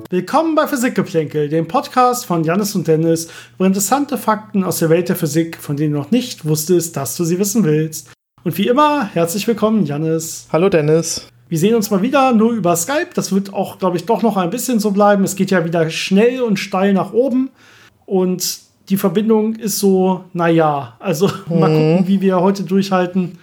Willkommen bei Physikgeplänkel, dem Podcast von Jannis und Dennis über interessante Fakten aus der Welt der Physik, von denen du noch nicht wusstest, dass du sie wissen willst. Und wie immer, herzlich willkommen, Jannis. Hallo, Dennis. Wir sehen uns mal wieder nur über Skype. Das wird auch, glaube ich, doch noch ein bisschen so bleiben. Es geht ja wieder schnell und steil nach oben. Und die Verbindung ist so, naja, also mal gucken, wie wir heute durchhalten.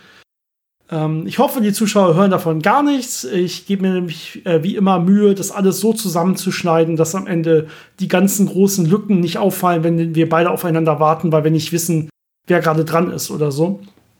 Ich hoffe, die Zuschauer hören davon gar nichts. Ich gebe mir nämlich wie immer Mühe, das alles so zusammenzuschneiden, dass am Ende die ganzen großen Lücken nicht auffallen, wenn wir beide aufeinander warten, weil wir nicht wissen, wer gerade dran ist oder so.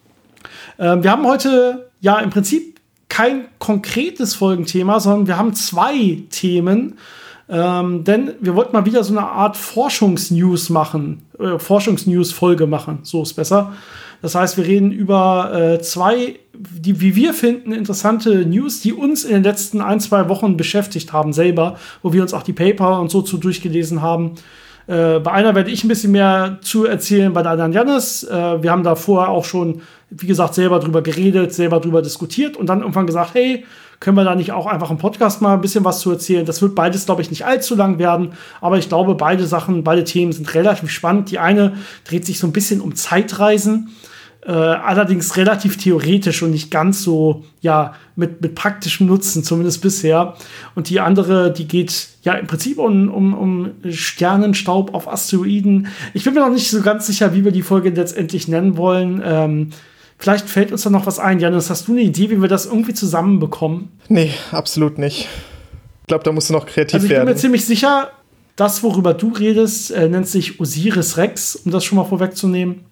Wir haben heute ja im Prinzip kein konkretes Folgenthema, sondern wir haben zwei Themen. Denn wir wollten mal wieder so eine Art Forschungsnews machen, Forschungsnews-Folge machen, so ist besser. Das heißt, wir reden über zwei, wie wir finden, interessante News, die uns in den letzten 1-2 Wochen beschäftigt haben selber, wo wir uns auch die Paper und so zu durchgelesen haben. Bei einer werde ich ein bisschen mehr zu erzählen, bei der anderen Jannis. Wir haben da vorher auch schon, wie gesagt, selber drüber geredet, selber drüber diskutiert und dann irgendwann gesagt, hey, können wir da nicht auch einfach im Podcast mal ein bisschen was zu erzählen? Das wird beides, glaube ich, nicht allzu lang werden, aber ich glaube, beide Themen sind relativ spannend. Die eine dreht sich so ein bisschen um Zeitreisen, allerdings relativ theoretisch und nicht ganz so, ja, mit praktischem Nutzen, zumindest bisher. Und die andere, die geht ja im Prinzip um Sternenstaub auf Asteroiden. Ich bin mir noch nicht so ganz sicher, wie wir die Folge letztendlich nennen wollen. Vielleicht fällt uns da noch was ein. Janus, hast du eine Idee, wie wir das irgendwie zusammenbekommen? Nee, absolut nicht. Ich glaube, da musst du noch kreativ werden. Also ich bin mir ziemlich sicher, das, worüber du redest, nennt sich Osiris Rex, um das schon mal vorwegzunehmen.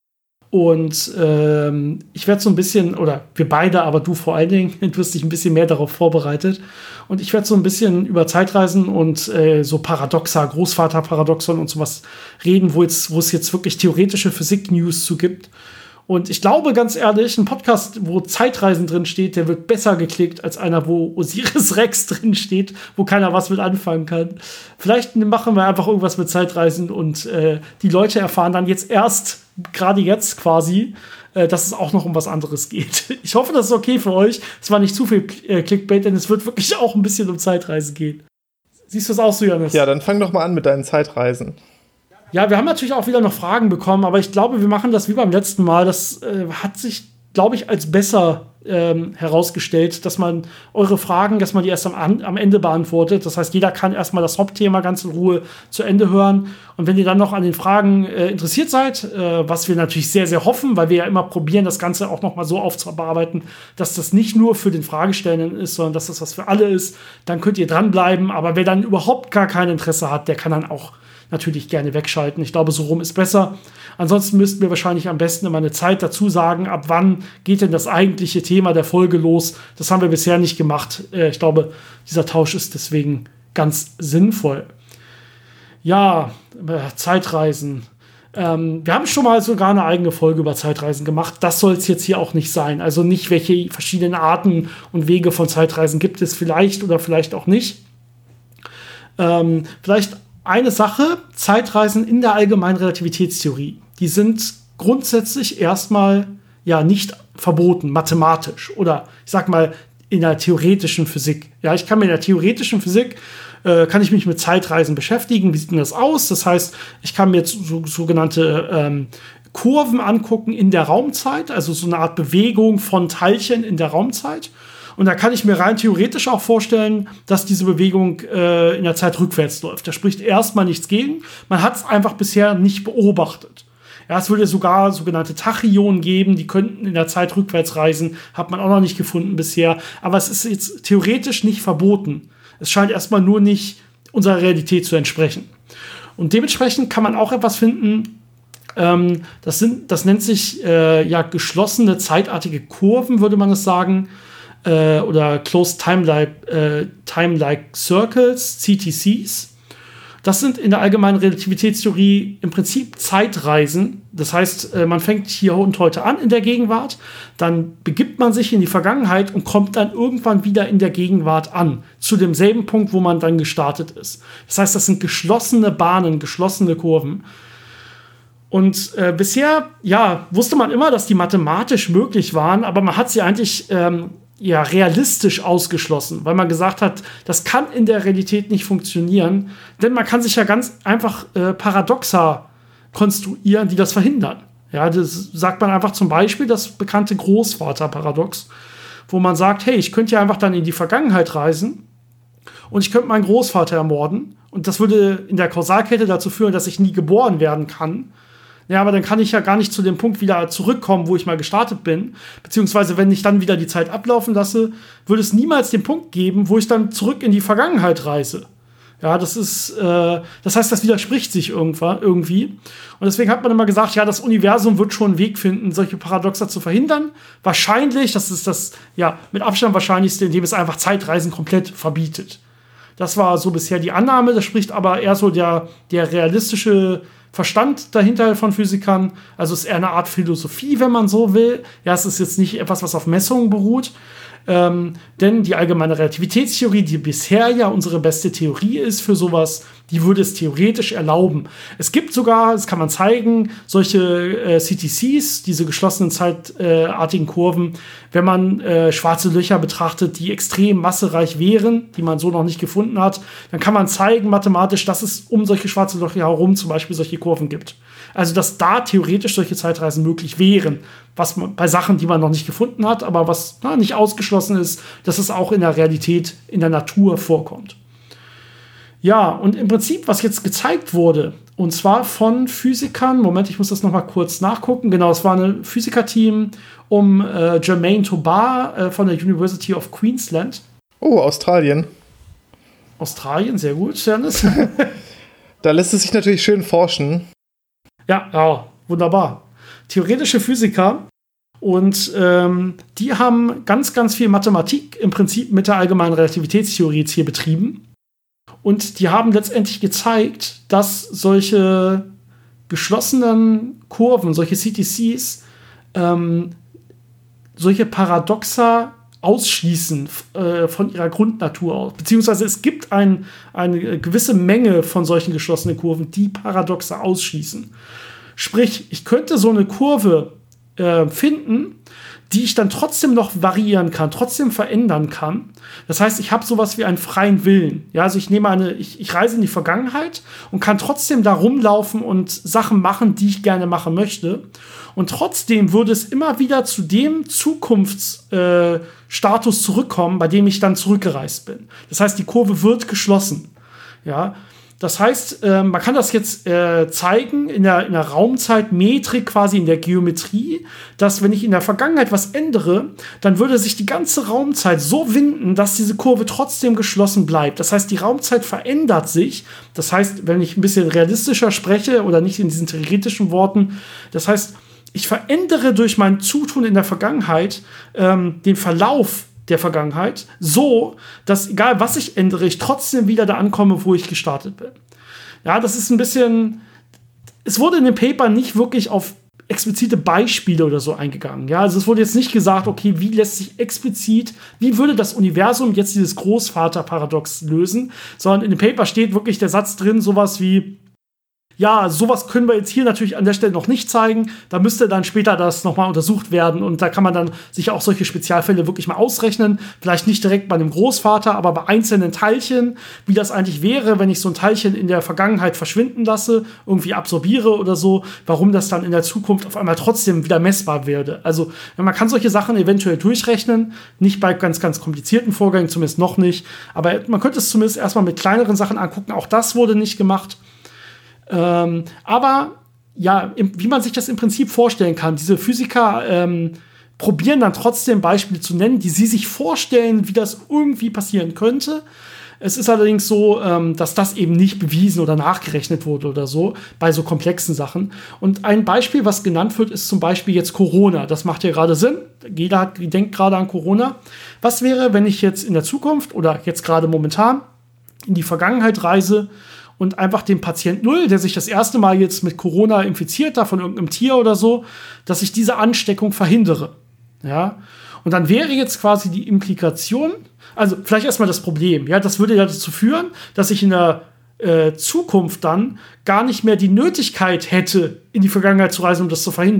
Und ich werde so ein bisschen, oder wir beide, aber du vor allen Dingen, du hast dich ein bisschen mehr darauf vorbereitet. Und ich werde so ein bisschen über Zeitreisen und so Paradoxa, Großvaterparadoxon und sowas reden, wo es jetzt wirklich theoretische Physik-News zu gibt. Und ich glaube, ganz ehrlich, ein Podcast, wo Zeitreisen drin steht, der wird besser geklickt als einer, wo Osiris Rex drin steht, wo keiner was mit anfangen kann. Vielleicht machen wir einfach irgendwas mit Zeitreisen und die Leute erfahren dann gerade jetzt quasi, dass es auch noch um was anderes geht. Ich hoffe, das ist okay für euch. Es war nicht zu viel Clickbait, denn es wird wirklich auch ein bisschen um Zeitreisen gehen. Siehst du das auch so, Jannis? Ja, dann fang doch mal an mit deinen Zeitreisen. Ja, wir haben natürlich auch wieder noch Fragen bekommen, aber ich glaube, wir machen das wie beim letzten Mal. Das hat sich, glaube ich, als besser herausgestellt, dass man eure Fragen, dass man die erst am Ende beantwortet. Das heißt, jeder kann erstmal das Hauptthema ganz in Ruhe zu Ende hören. Und wenn ihr dann noch an den Fragen interessiert seid, was wir natürlich sehr, sehr hoffen, weil wir ja immer probieren, das Ganze auch noch mal so aufzubearbeiten, dass das nicht nur für den Fragestellenden ist, sondern dass das was für alle ist, dann könnt ihr dranbleiben. Aber wer dann überhaupt gar kein Interesse hat, der kann dann auch natürlich gerne wegschalten. Ich glaube, so rum ist besser. Ansonsten müssten wir wahrscheinlich am besten immer eine Zeit dazu sagen, ab wann geht denn das eigentliche Thema der Folge los. Das haben wir bisher nicht gemacht. Ich glaube, dieser Tausch ist deswegen ganz sinnvoll. Ja, Zeitreisen. Wir haben schon mal sogar eine eigene Folge über Zeitreisen gemacht. Das soll es jetzt hier auch nicht sein. Also nicht, welche verschiedenen Arten und Wege von Zeitreisen gibt es vielleicht oder vielleicht auch nicht. Vielleicht eine Sache, Zeitreisen in der allgemeinen Relativitätstheorie, die sind grundsätzlich erstmal ja nicht verboten, mathematisch oder ich sag mal in der theoretischen Physik. Ja, ich kann mir in der theoretischen Physik kann ich mich mit Zeitreisen beschäftigen. Wie sieht denn das aus? Das heißt, ich kann mir jetzt sogenannte Kurven angucken in der Raumzeit, also so eine Art Bewegung von Teilchen in der Raumzeit. Und da kann ich mir rein theoretisch auch vorstellen, dass diese Bewegung in der Zeit rückwärts läuft. Da spricht erstmal nichts gegen. Man hat es einfach bisher nicht beobachtet. Ja, es würde sogar sogenannte Tachyonen geben, die könnten in der Zeit rückwärts reisen. Hat man auch noch nicht gefunden bisher. Aber es ist jetzt theoretisch nicht verboten. Es scheint erstmal nur nicht unserer Realität zu entsprechen. Und dementsprechend kann man auch etwas finden, das nennt sich geschlossene zeitartige Kurven, würde man es sagen. Oder Closed Time-like Circles, CTCs. Das sind in der allgemeinen Relativitätstheorie im Prinzip Zeitreisen. Das heißt, man fängt hier und heute an in der Gegenwart, dann begibt man sich in die Vergangenheit und kommt dann irgendwann wieder in der Gegenwart an, zu demselben Punkt, wo man dann gestartet ist. Das heißt, das sind geschlossene Bahnen, geschlossene Kurven. Und bisher, ja, wusste man immer, dass die mathematisch möglich waren, aber man hat sie eigentlich ja, realistisch ausgeschlossen, weil man gesagt hat, das kann in der Realität nicht funktionieren, denn man kann sich ja ganz einfach Paradoxa konstruieren, die das verhindern. Ja, das sagt man einfach zum Beispiel das bekannte Großvaterparadox, wo man sagt, hey, ich könnte ja einfach dann in die Vergangenheit reisen und ich könnte meinen Großvater ermorden und das würde in der Kausalkette dazu führen, dass ich nie geboren werden kann. Ja, aber dann kann ich ja gar nicht zu dem Punkt wieder zurückkommen, wo ich mal gestartet bin. Beziehungsweise, wenn ich dann wieder die Zeit ablaufen lasse, würde es niemals den Punkt geben, wo ich dann zurück in die Vergangenheit reise. Ja, das heißt, das widerspricht sich irgendwie. Und deswegen hat man immer gesagt, ja, das Universum wird schon einen Weg finden, solche Paradoxa zu verhindern. Wahrscheinlich, das ist das, ja, mit Abstand wahrscheinlichste, indem es einfach Zeitreisen komplett verbietet. Das war so bisher die Annahme. Das spricht aber eher so der realistische Verstand dahinter von Physikern. Also es ist eher eine Art Philosophie, wenn man so will. Ja, es ist jetzt nicht etwas, was auf Messungen beruht. Denn die allgemeine Relativitätstheorie, die bisher ja unsere beste Theorie ist für sowas, die würde es theoretisch erlauben. Es gibt sogar, das kann man zeigen, solche CTCs, diese geschlossenen zeitartigen Kurven, wenn man schwarze Löcher betrachtet, die extrem massereich wären, die man so noch nicht gefunden hat, dann kann man zeigen mathematisch, dass es um solche schwarze Löcher herum zum Beispiel solche Kurven gibt. Also, dass da theoretisch solche Zeitreisen möglich wären, was man, bei Sachen, die man noch nicht gefunden hat, aber was nicht ausgeschlossen ist, dass es auch in der Realität, in der Natur vorkommt. Ja, und im Prinzip, was jetzt gezeigt wurde, und zwar von Physikern, Moment, ich muss das noch mal kurz nachgucken, genau, es war ein Physikerteam um Jermaine Tobar von der University of Queensland. Oh, Australien. Australien, sehr gut, Janis. Da lässt es sich natürlich schön forschen. Ja, wunderbar. Theoretische Physiker und die haben ganz, ganz viel Mathematik im Prinzip mit der allgemeinen Relativitätstheorie jetzt hier betrieben. Und die haben letztendlich gezeigt, dass solche geschlossenen Kurven, solche CTCs, solche Paradoxa ausschließen von ihrer Grundnatur aus. Beziehungsweise es gibt eine gewisse Menge von solchen geschlossenen Kurven, die Paradoxa ausschließen. Sprich, ich könnte so eine Kurve finden, die ich dann trotzdem noch variieren kann, trotzdem verändern kann. Das heißt, ich habe sowas wie einen freien Willen. Ja, also ich reise in die Vergangenheit und kann trotzdem da rumlaufen und Sachen machen, die ich gerne machen möchte. Und trotzdem würde es immer wieder zu dem Zukunftsstatus zurückkommen, bei dem ich dann zurückgereist bin. Das heißt, die Kurve wird geschlossen. Ja, das heißt, man kann das jetzt zeigen in der Raumzeitmetrik, quasi in der Geometrie, dass wenn ich in der Vergangenheit was ändere, dann würde sich die ganze Raumzeit so winden, dass diese Kurve trotzdem geschlossen bleibt. Das heißt, die Raumzeit verändert sich. Das heißt, wenn ich ein bisschen realistischer spreche oder nicht in diesen theoretischen Worten, das heißt, ich verändere durch mein Zutun in der Vergangenheit den Verlauf der Vergangenheit so, dass egal was ich ändere, ich trotzdem wieder da ankomme, wo ich gestartet bin. Ja, das ist ein bisschen, es wurde in dem Paper nicht wirklich auf explizite Beispiele oder so eingegangen. Ja, also es wurde jetzt nicht gesagt, okay, wie lässt sich explizit, wie würde das Universum jetzt dieses Großvaterparadox lösen, sondern in dem Paper steht wirklich der Satz drin, sowas wie, ja, sowas können wir jetzt hier natürlich an der Stelle noch nicht zeigen. Da müsste dann später das nochmal untersucht werden. Und da kann man dann sich auch solche Spezialfälle wirklich mal ausrechnen. Vielleicht nicht direkt bei einem Großvater, aber bei einzelnen Teilchen, wie das eigentlich wäre, wenn ich so ein Teilchen in der Vergangenheit verschwinden lasse, irgendwie absorbiere oder so, warum das dann in der Zukunft auf einmal trotzdem wieder messbar werde. Also man kann solche Sachen eventuell durchrechnen. Nicht bei ganz, ganz komplizierten Vorgängen, zumindest noch nicht. Aber man könnte es zumindest erstmal mit kleineren Sachen angucken. Auch das wurde nicht gemacht. Aber ja, wie man sich das im Prinzip vorstellen kann, diese Physiker probieren dann trotzdem Beispiele zu nennen, die sie sich vorstellen, wie das irgendwie passieren könnte. Es ist allerdings so, dass das eben nicht bewiesen oder nachgerechnet wurde oder so, bei so komplexen Sachen. Und ein Beispiel, was genannt wird, ist zum Beispiel jetzt Corona. Das macht ja gerade Sinn. Jeder denkt gerade an Corona. Was wäre, wenn ich jetzt in der Zukunft oder jetzt gerade momentan in die Vergangenheit reise und einfach den Patient 0, der sich das erste Mal jetzt mit Corona infiziert, da von irgendeinem Tier oder so, dass ich diese Ansteckung verhindere. Ja? Und dann wäre jetzt quasi die Implikation, also vielleicht erstmal das Problem, ja, das würde ja dazu führen, dass ich in der Zukunft dann gar nicht mehr die Nötigkeit hätte, in die Vergangenheit zu reisen, um das zu verhindern.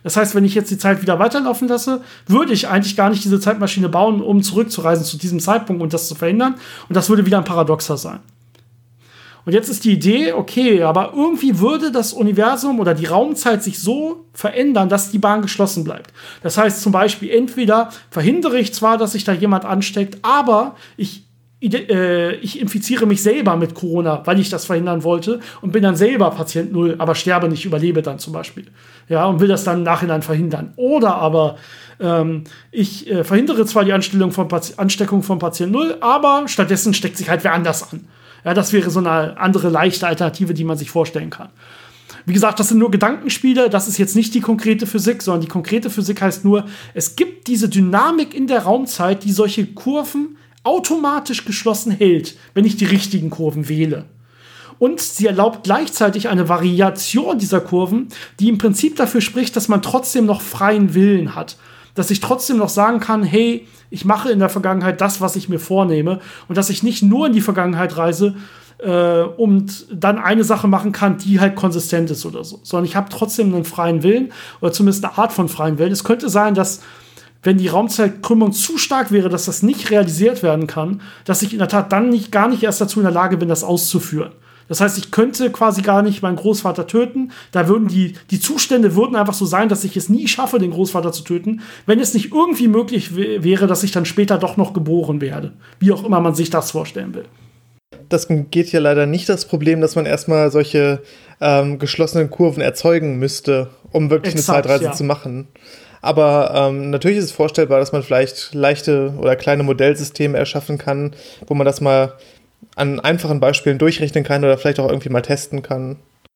Das heißt, wenn ich jetzt die Zeit wieder weiterlaufen lasse, würde ich eigentlich gar nicht diese Zeitmaschine bauen, um zurückzureisen zu diesem Zeitpunkt und das zu verhindern. Und das würde wieder ein Paradoxer sein. Und jetzt ist die Idee, okay, aber irgendwie würde das Universum oder die Raumzeit sich so verändern, dass die Bahn geschlossen bleibt. Das heißt zum Beispiel, entweder verhindere ich zwar, dass sich da jemand ansteckt, aber ich infiziere mich selber mit Corona, weil ich das verhindern wollte und bin dann selber Patient Null, aber sterbe nicht, überlebe dann zum Beispiel. Ja, und will das dann im Nachhinein verhindern. Oder aber ich verhindere zwar die Ansteckung von Patient Null, aber stattdessen steckt sich halt wer anders an. Ja, das wäre so eine andere leichte Alternative, die man sich vorstellen kann. Wie gesagt, das sind nur Gedankenspiele, das ist jetzt nicht die konkrete Physik, sondern die konkrete Physik heißt nur, es gibt diese Dynamik in der Raumzeit, die solche Kurven automatisch geschlossen hält, wenn ich die richtigen Kurven wähle. Und sie erlaubt gleichzeitig eine Variation dieser Kurven, die im Prinzip dafür spricht, dass man trotzdem noch freien Willen hat. Dass ich trotzdem noch sagen kann, hey, ich mache in der Vergangenheit das, was ich mir vornehme. Und dass ich nicht nur in die Vergangenheit reise und dann eine Sache machen kann, die halt konsistent ist oder so. Sondern ich habe trotzdem einen freien Willen oder zumindest eine Art von freien Willen. Es könnte sein, dass wenn die Raumzeitkrümmung zu stark wäre, dass das nicht realisiert werden kann, dass ich in der Tat dann gar nicht erst dazu in der Lage bin, das auszuführen. Das heißt, ich könnte quasi gar nicht meinen Großvater töten. Da würden die Zustände würden einfach so sein, dass ich es nie schaffe, den Großvater zu töten, wenn es nicht irgendwie möglich wäre, dass ich dann später doch noch geboren werde. Wie auch immer man sich das vorstellen will. Das geht hier leider nicht, das Problem, dass man erstmal solche geschlossenen Kurven erzeugen müsste, um wirklich eine Zeitreise zu machen. Aber natürlich ist es vorstellbar, dass man vielleicht leichte oder kleine Modellsysteme erschaffen kann, wo man das mal an einfachen Beispielen durchrechnen kann oder vielleicht auch irgendwie mal testen kann.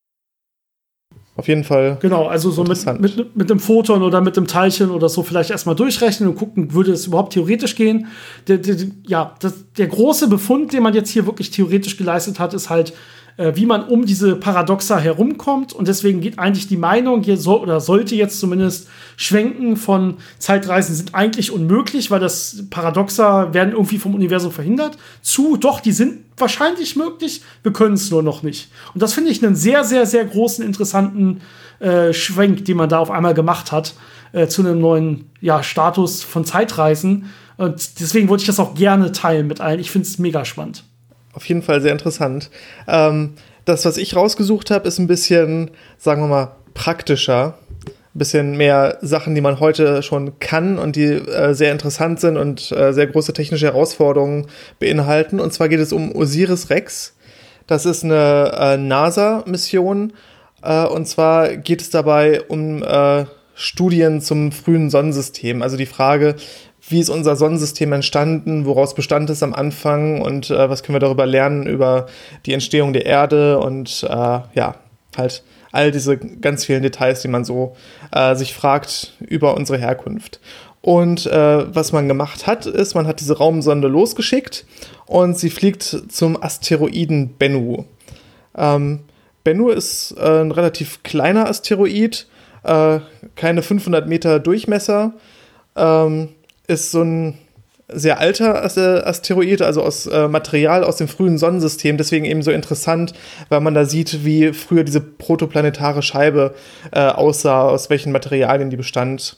Auf jeden Fall. Genau, also so mit einem Photon oder mit einem Teilchen oder so vielleicht erstmal durchrechnen und gucken, würde es überhaupt theoretisch gehen. Der große Befund, den man jetzt hier wirklich theoretisch geleistet hat, ist halt, wie man um diese Paradoxa herumkommt. Und deswegen geht eigentlich die Meinung hier sollte jetzt zumindest schwenken von Zeitreisen sind eigentlich unmöglich, weil das Paradoxa werden irgendwie vom Universum verhindert. Doch, die sind wahrscheinlich möglich, wir können es nur noch nicht. Und das finde ich einen sehr, sehr, sehr großen, interessanten Schwenk, den man da auf einmal gemacht hat, zu einem neuen Status von Zeitreisen. Und deswegen wollte ich das auch gerne teilen mit allen. Ich finde es mega spannend. Auf jeden Fall sehr interessant. Das, was ich rausgesucht habe, ist ein bisschen, sagen wir mal, praktischer. Ein bisschen mehr Sachen, die man heute schon kann und die sehr interessant sind und sehr große technische Herausforderungen beinhalten. Und zwar geht es um OSIRIS-REx. Das ist eine NASA-Mission. Und zwar geht es dabei um Studien zum frühen Sonnensystem. Also die Frage, wie ist unser Sonnensystem entstanden, woraus bestand es am Anfang und was können wir darüber lernen, über die Entstehung der Erde und halt all diese ganz vielen Details, die man so sich fragt über unsere Herkunft. Und was man gemacht hat, ist, man hat diese Raumsonde losgeschickt und sie fliegt zum Asteroiden Bennu. Bennu ist ein relativ kleiner Asteroid, keine 500 Meter Durchmesser, ist so ein sehr alter Asteroid, also aus Material aus dem frühen Sonnensystem, deswegen eben so interessant, weil man da sieht, wie früher diese protoplanetare Scheibe aussah, aus welchen Materialien die bestand.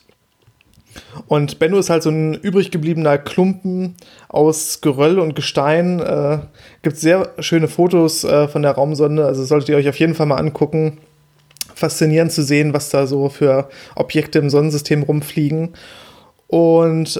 Und Bennu ist halt so ein übrig gebliebener Klumpen aus Geröll und Gestein. Gibt sehr schöne Fotos von der Raumsonde, also solltet ihr euch auf jeden Fall mal angucken. Faszinierend zu sehen, was da so für Objekte im Sonnensystem rumfliegen. Und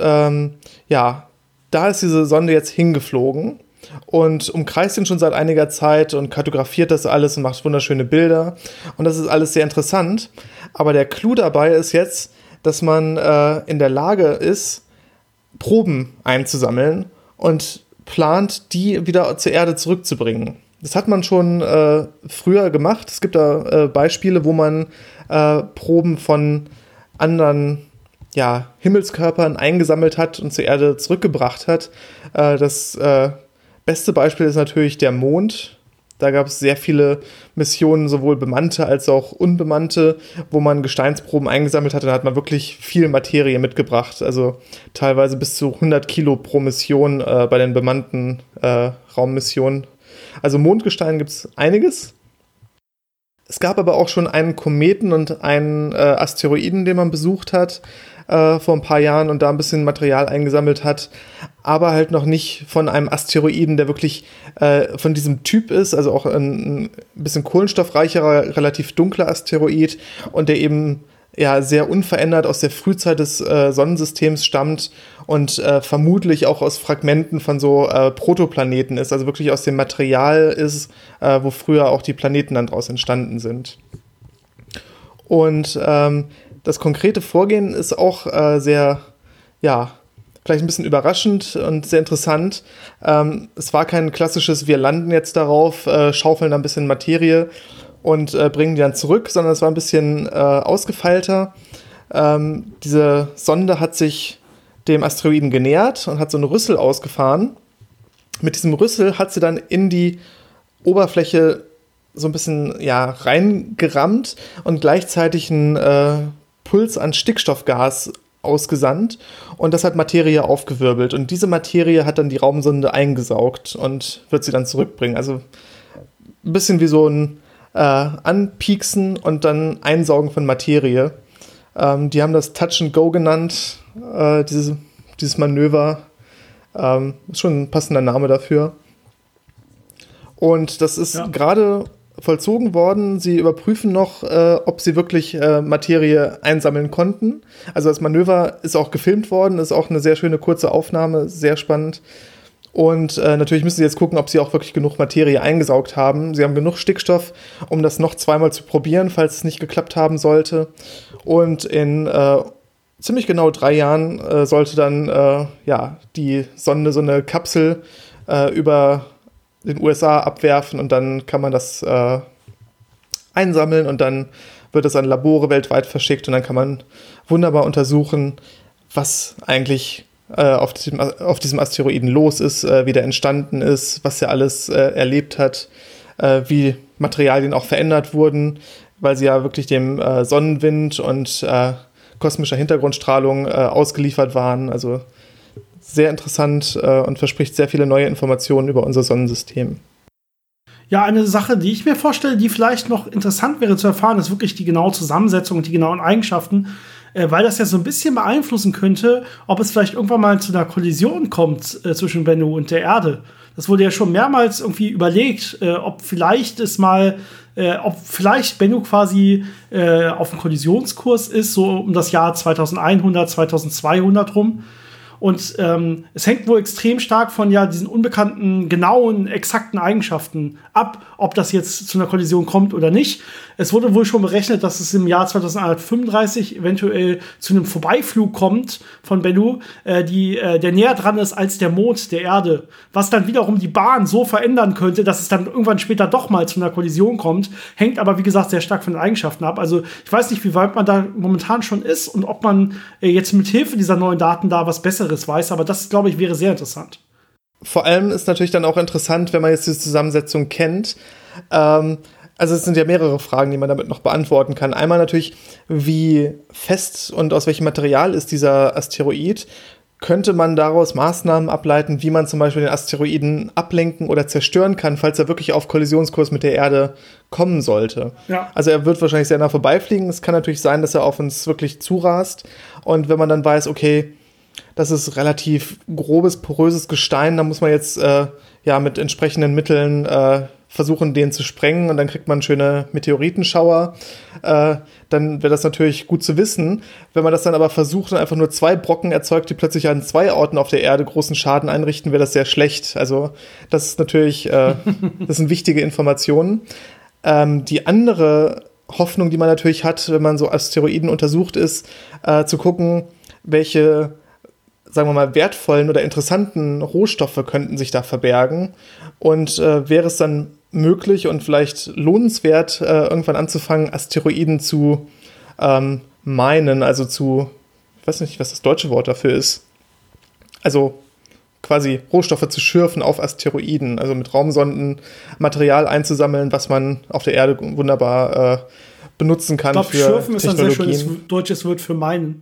da ist diese Sonde jetzt hingeflogen und umkreist ihn schon seit einiger Zeit und kartografiert das alles und macht wunderschöne Bilder. Und das ist alles sehr interessant. Aber der Clou dabei ist jetzt, dass man in der Lage ist, Proben einzusammeln und plant, die wieder zur Erde zurückzubringen. Das hat man schon früher gemacht. Es gibt da Beispiele, wo man Proben von anderen Himmelskörpern eingesammelt hat und zur Erde zurückgebracht hat. Das beste Beispiel ist natürlich der Mond. Da gab es sehr viele Missionen, sowohl bemannte als auch unbemannte, wo man Gesteinsproben eingesammelt hat. Da hat man wirklich viel Materie mitgebracht. Also teilweise bis zu 100 Kilo pro Mission bei den bemannten Raummissionen. Also Mondgestein gibt es einiges. Es gab aber auch schon einen Kometen und einen Asteroiden, den man besucht hat vor ein paar Jahren und da ein bisschen Material eingesammelt hat, aber halt noch nicht von einem Asteroiden, der wirklich von diesem Typ ist, also auch ein bisschen kohlenstoffreicherer, relativ dunkler Asteroid und der eben ja sehr unverändert aus der Frühzeit des Sonnensystems stammt und vermutlich auch aus Fragmenten von so Protoplaneten ist, also wirklich aus dem Material ist, wo früher auch die Planeten dann draus entstanden sind. Und das konkrete Vorgehen ist auch sehr, ja, vielleicht ein bisschen überraschend und sehr interessant. Es war kein klassisches, wir landen jetzt darauf, schaufeln ein bisschen Materie und bringen die dann zurück, sondern es war ein bisschen ausgefeilter. Diese Sonde hat sich dem Asteroiden genähert und hat so einen Rüssel ausgefahren. Mit diesem Rüssel hat sie dann in die Oberfläche so ein bisschen reingerammt und gleichzeitig einen Puls an Stickstoffgas ausgesandt und das hat Materie aufgewirbelt und diese Materie hat dann die Raumsonde eingesaugt und wird sie dann zurückbringen. Also ein bisschen wie so ein Anpieksen und dann Einsaugen von Materie. Die haben das Touch and Go genannt, dieses Manöver. Ist schon ein passender Name dafür. Und das ist gerade vollzogen worden. Sie überprüfen noch, ob sie wirklich Materie einsammeln konnten. Also das Manöver ist auch gefilmt worden, ist auch eine sehr schöne kurze Aufnahme, sehr spannend. Und natürlich müssen sie jetzt gucken, ob sie auch wirklich genug Materie eingesaugt haben. Sie haben genug Stickstoff, um das noch zweimal zu probieren, falls es nicht geklappt haben sollte. Und in ziemlich genau 3 Jahren sollte dann die Sonde so eine Kapsel über den USA abwerfen und dann kann man das einsammeln und dann wird es an Labore weltweit verschickt und dann kann man wunderbar untersuchen, was eigentlich auf diesem Asteroiden los ist, wie der entstanden ist, was er alles erlebt hat, wie Materialien auch verändert wurden, weil sie ja wirklich dem Sonnenwind und kosmischer Hintergrundstrahlung ausgeliefert waren. Also sehr interessant und verspricht sehr viele neue Informationen über unser Sonnensystem. Ja, eine Sache, die ich mir vorstelle, die vielleicht noch interessant wäre zu erfahren, ist wirklich die genaue Zusammensetzung und die genauen Eigenschaften, weil das ja so ein bisschen beeinflussen könnte, ob es vielleicht irgendwann mal zu einer Kollision kommt zwischen Bennu und der Erde. Das wurde ja schon mehrmals irgendwie überlegt, ob vielleicht Bennu quasi auf dem Kollisionskurs ist, so um das Jahr 2100, 2200 rum. Und es hängt wohl extrem stark von diesen unbekannten, genauen, exakten Eigenschaften ab, ob das jetzt zu einer Kollision kommt oder nicht. Es wurde wohl schon berechnet, dass es im Jahr 2135 eventuell zu einem Vorbeiflug kommt von Bennu, der näher dran ist als der Mond der Erde. Was dann wiederum die Bahn so verändern könnte, dass es dann irgendwann später doch mal zu einer Kollision kommt. Hängt aber, wie gesagt, sehr stark von den Eigenschaften ab. Also ich weiß nicht, wie weit man da momentan schon ist und ob man jetzt mit Hilfe dieser neuen Daten da was Besseres weiß. Aber das, glaube ich, wäre sehr interessant. Vor allem ist natürlich dann auch interessant, wenn man jetzt diese Zusammensetzung kennt. Also es sind ja mehrere Fragen, die man damit noch beantworten kann. Einmal natürlich, wie fest und aus welchem Material ist dieser Asteroid? Könnte man daraus Maßnahmen ableiten, wie man zum Beispiel den Asteroiden ablenken oder zerstören kann, falls er wirklich auf Kollisionskurs mit der Erde kommen sollte? Ja. Also er wird wahrscheinlich sehr nah vorbeifliegen. Es kann natürlich sein, dass er auf uns wirklich zurast. Und wenn man dann weiß, okay, das ist relativ grobes, poröses Gestein, da muss man jetzt mit entsprechenden Mitteln versuchen, den zu sprengen und dann kriegt man schöne Meteoritenschauer. Dann wäre das natürlich gut zu wissen. Wenn man das dann aber versucht und einfach nur 2 Brocken erzeugt, die plötzlich an 2 Orten auf der Erde großen Schaden einrichten, wäre das sehr schlecht. Also das ist natürlich, das sind wichtige Informationen. Die andere Hoffnung, die man natürlich hat, wenn man so Asteroiden untersucht, ist zu gucken, welche, sagen wir mal, wertvollen oder interessanten Rohstoffe könnten sich da verbergen. Und wäre es dann möglich und vielleicht lohnenswert, irgendwann anzufangen, Asteroiden zu minen, also ich weiß nicht, was das deutsche Wort dafür ist. Also quasi Rohstoffe zu schürfen auf Asteroiden, also mit Raumsonden Material einzusammeln, was man auf der Erde wunderbar benutzen kann. Ich glaube, schürfen ist ein sehr schönes deutsches Wort für meinen.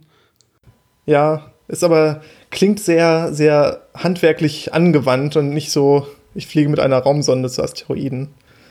Ja, klingt sehr, sehr handwerklich angewandt und nicht so, ich fliege mit einer Raumsonde zu Asteroiden.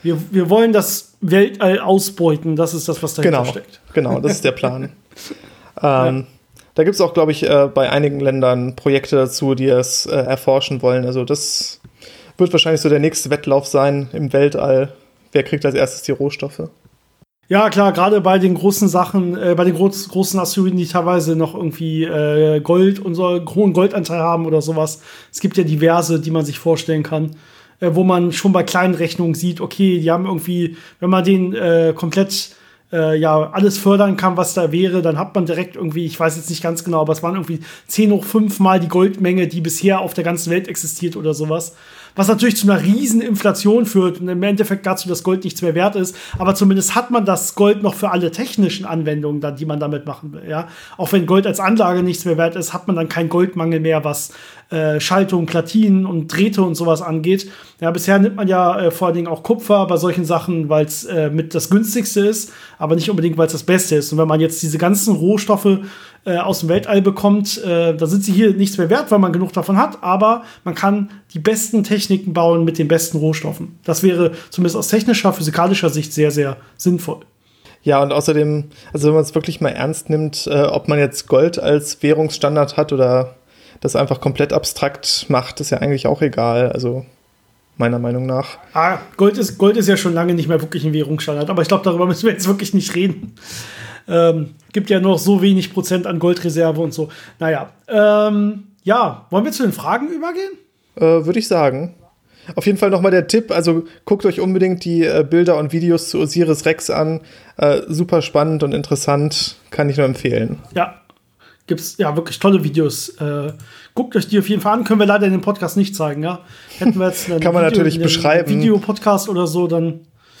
Wir wollen das Weltall ausbeuten, das ist das, was dahinter steckt. Genau, das ist der Plan. Da gibt es auch, glaube ich, bei einigen Ländern Projekte dazu, die es erforschen wollen. Also das wird wahrscheinlich so der nächste Wettlauf sein im Weltall. Wer kriegt als erstes die Rohstoffe? Ja, klar, gerade bei den großen Sachen, bei den großen Asteroiden, die teilweise noch irgendwie Gold und so einen hohen Goldanteil haben oder sowas. Es gibt ja diverse, die man sich vorstellen kann, wo man schon bei kleinen Rechnungen sieht, okay, die haben irgendwie, wenn man den komplett alles fördern kann, was da wäre, dann hat man direkt irgendwie, ich weiß jetzt nicht ganz genau, aber es waren irgendwie 10 hoch 5 mal die Goldmenge, die bisher auf der ganzen Welt existiert oder sowas. Was natürlich zu einer riesen Inflation führt und im Endeffekt dazu, dass Gold nichts mehr wert ist. Aber zumindest hat man das Gold noch für alle technischen Anwendungen, dann, die man damit machen will. Ja? Auch wenn Gold als Anlage nichts mehr wert ist, hat man dann keinen Goldmangel mehr, was Schaltung, Platinen und Drähte und sowas angeht. Ja, bisher nimmt man ja vor allen Dingen auch Kupfer bei solchen Sachen, weil es mit das günstigste ist, aber nicht unbedingt, weil es das Beste ist. Und wenn man jetzt diese ganzen Rohstoffe aus dem Weltall bekommt, da sind sie hier nichts mehr wert, weil man genug davon hat, aber man kann die besten Techniken bauen mit den besten Rohstoffen. Das wäre zumindest aus technischer, physikalischer Sicht sehr, sehr sinnvoll. Ja, und außerdem, also wenn man es wirklich mal ernst nimmt, ob man jetzt Gold als Währungsstandard hat oder das einfach komplett abstrakt macht, ist ja eigentlich auch egal, also meiner Meinung nach. Gold ist ja schon lange nicht mehr wirklich ein Währungsstandard, aber ich glaube, darüber müssen wir jetzt wirklich nicht reden. Gibt ja noch so wenig Prozent an Goldreserve und so. Naja, wollen wir zu den Fragen übergehen? Würde ich sagen. Auf jeden Fall nochmal der Tipp, also guckt euch unbedingt die Bilder und Videos zu Osiris Rex an. Super spannend und interessant, kann ich nur empfehlen. Ja, gibt's ja wirklich tolle Videos. Guckt euch die auf jeden Fall an, können wir leider in dem Podcast nicht zeigen, ja. Hätten wir jetzt kann man natürlich beschreiben. Videopodcast oder so, dann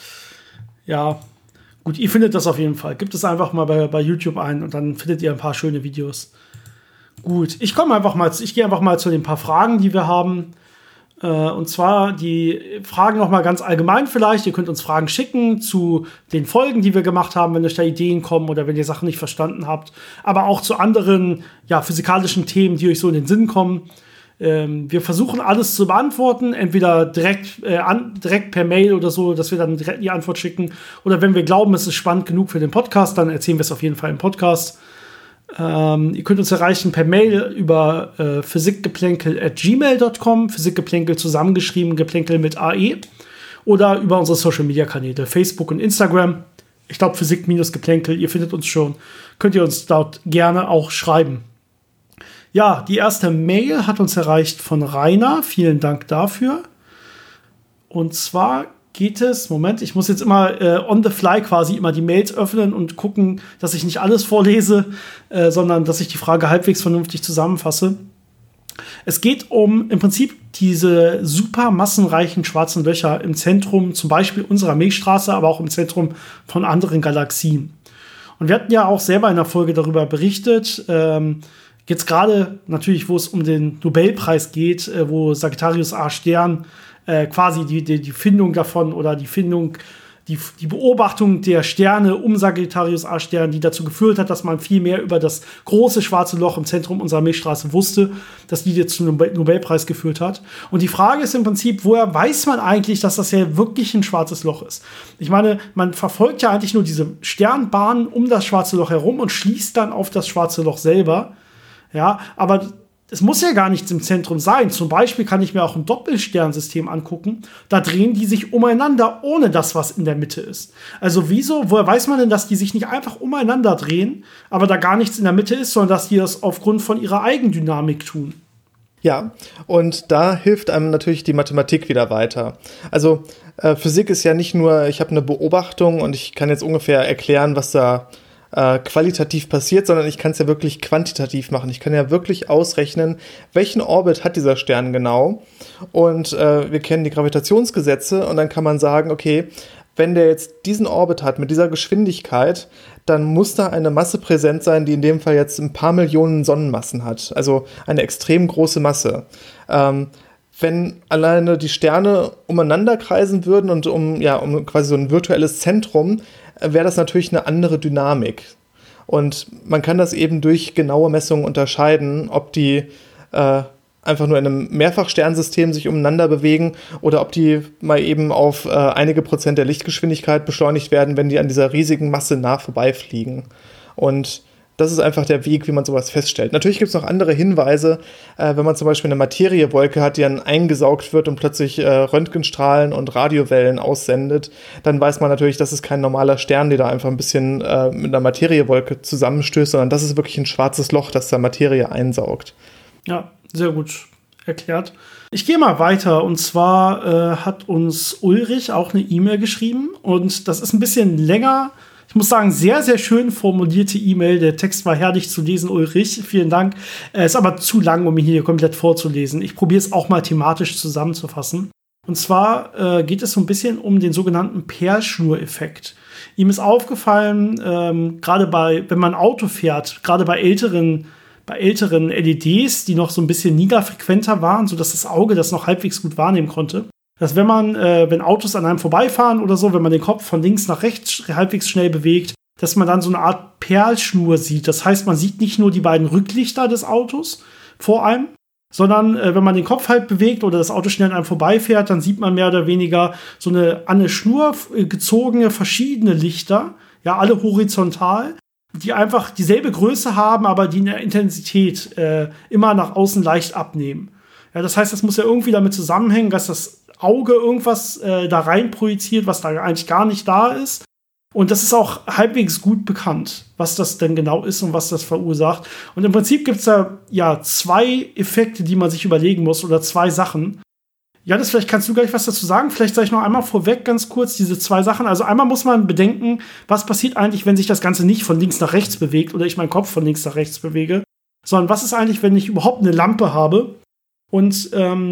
ja. Gut, ihr findet das auf jeden Fall. Gebt es einfach mal bei YouTube ein und dann findet ihr ein paar schöne Videos. Gut, ich gehe einfach mal zu den paar Fragen, die wir haben. Und zwar die Fragen noch mal ganz allgemein vielleicht. Ihr könnt uns Fragen schicken zu den Folgen, die wir gemacht haben, wenn euch da Ideen kommen oder wenn ihr Sachen nicht verstanden habt. Aber auch zu anderen physikalischen Themen, die euch so in den Sinn kommen. Wir versuchen alles zu beantworten, entweder direkt per Mail oder so, dass wir dann direkt die Antwort schicken. Oder wenn wir glauben, es ist spannend genug für den Podcast, dann erzählen wir es auf jeden Fall im Podcast. Ihr könnt uns erreichen per Mail über physikgeplänkel@gmail.com, Physikgeplänkel zusammengeschrieben, Geplänkel mit AE. Oder über unsere Social-Media-Kanäle, Facebook und Instagram. Ich glaube, Physik-Geplänkel, ihr findet uns schon. Könnt ihr uns dort gerne auch schreiben. Ja, die erste Mail hat uns erreicht von Rainer. Vielen Dank dafür. Und zwar geht es, Moment, ich muss jetzt immer on the fly quasi immer die Mails öffnen und gucken, dass ich nicht alles vorlese, sondern dass ich die Frage halbwegs vernünftig zusammenfasse. Es geht um im Prinzip diese super massenreichen schwarzen Löcher im Zentrum, zum Beispiel unserer Milchstraße, aber auch im Zentrum von anderen Galaxien. Und wir hatten ja auch selber in der Folge darüber berichtet, jetzt gerade natürlich, wo es um den Nobelpreis geht, wo Sagittarius A Stern quasi die Findung davon oder die Beobachtung der Sterne um Sagittarius A Stern, die dazu geführt hat, dass man viel mehr über das große schwarze Loch im Zentrum unserer Milchstraße wusste, dass die jetzt zum Nobelpreis geführt hat. Und die Frage ist im Prinzip, woher weiß man eigentlich, dass das ja wirklich ein schwarzes Loch ist? Ich meine, man verfolgt ja eigentlich nur diese Sternbahnen um das schwarze Loch herum und schließt dann auf das schwarze Loch selber. Ja, aber es muss ja gar nichts im Zentrum sein. Zum Beispiel kann ich mir auch ein Doppelsternsystem angucken. Da drehen die sich umeinander, ohne das, was in der Mitte ist. Also woher weiß man denn, dass die sich nicht einfach umeinander drehen, aber da gar nichts in der Mitte ist, sondern dass die das aufgrund von ihrer Eigendynamik tun? Ja, und da hilft einem natürlich die Mathematik wieder weiter. Also Physik ist ja nicht nur, ich habe eine Beobachtung und ich kann jetzt ungefähr erklären, was da qualitativ passiert, sondern ich kann es ja wirklich quantitativ machen. Ich kann ja wirklich ausrechnen, welchen Orbit hat dieser Stern genau. Und wir kennen die Gravitationsgesetze und dann kann man sagen, okay, wenn der jetzt diesen Orbit hat mit dieser Geschwindigkeit, dann muss da eine Masse präsent sein, die in dem Fall jetzt ein paar Millionen Sonnenmassen hat. Also eine extrem große Masse. Wenn alleine die Sterne umeinander kreisen würden und um quasi so ein virtuelles Zentrum, wäre das natürlich eine andere Dynamik. Und man kann das eben durch genaue Messungen unterscheiden, ob die einfach nur in einem Mehrfachsternsystem sich umeinander bewegen oder ob die mal eben auf einige Prozent der Lichtgeschwindigkeit beschleunigt werden, wenn die an dieser riesigen Masse nah vorbeifliegen. Und das ist einfach der Weg, wie man sowas feststellt. Natürlich gibt es noch andere Hinweise, wenn man zum Beispiel eine Materiewolke hat, die dann eingesaugt wird und plötzlich Röntgenstrahlen und Radiowellen aussendet, dann weiß man natürlich, das ist kein normaler Stern, der da einfach ein bisschen mit einer Materiewolke zusammenstößt, sondern das ist wirklich ein schwarzes Loch, das da Materie einsaugt. Ja, sehr gut erklärt. Ich gehe mal weiter, und zwar hat uns Ulrich auch eine E-Mail geschrieben, und das ist ein bisschen länger. Ich muss sagen, sehr, sehr schön formulierte E-Mail. Der Text war herrlich zu lesen, Ulrich. Vielen Dank. Ist aber zu lang, um ihn hier komplett vorzulesen. Ich probiere es auch mal thematisch zusammenzufassen. Und zwar geht es so ein bisschen um den sogenannten Perlschnur-Effekt. Ihm ist aufgefallen, gerade wenn man Auto fährt, gerade bei älteren LEDs, die noch so ein bisschen niederfrequenter waren, sodass das Auge das noch halbwegs gut wahrnehmen konnte, dass wenn Autos an einem vorbeifahren oder so, wenn man den Kopf von links nach rechts halbwegs schnell bewegt, dass man dann so eine Art Perlschnur sieht. Das heißt, man sieht nicht nur die beiden Rücklichter des Autos vor einem, sondern wenn man den Kopf halt bewegt oder das Auto schnell an einem vorbeifährt, dann sieht man mehr oder weniger so an eine Schnur gezogene verschiedene Lichter, ja, alle horizontal, die einfach dieselbe Größe haben, aber die in der Intensität immer nach außen leicht abnehmen. Ja, das heißt, das muss ja irgendwie damit zusammenhängen, dass das Auge irgendwas da rein projiziert, was da eigentlich gar nicht da ist. Und das ist auch halbwegs gut bekannt, was das denn genau ist und was das verursacht. Und im Prinzip gibt es da ja 2 Effekte, die man sich überlegen muss, oder 2 Sachen. Jannis, vielleicht kannst du gleich was dazu sagen. Vielleicht sage ich noch einmal vorweg ganz kurz diese 2 Sachen. Also einmal muss man bedenken, was passiert eigentlich, wenn sich das Ganze nicht von links nach rechts bewegt oder ich meinen Kopf von links nach rechts bewege, sondern was ist eigentlich, wenn ich überhaupt eine Lampe habe und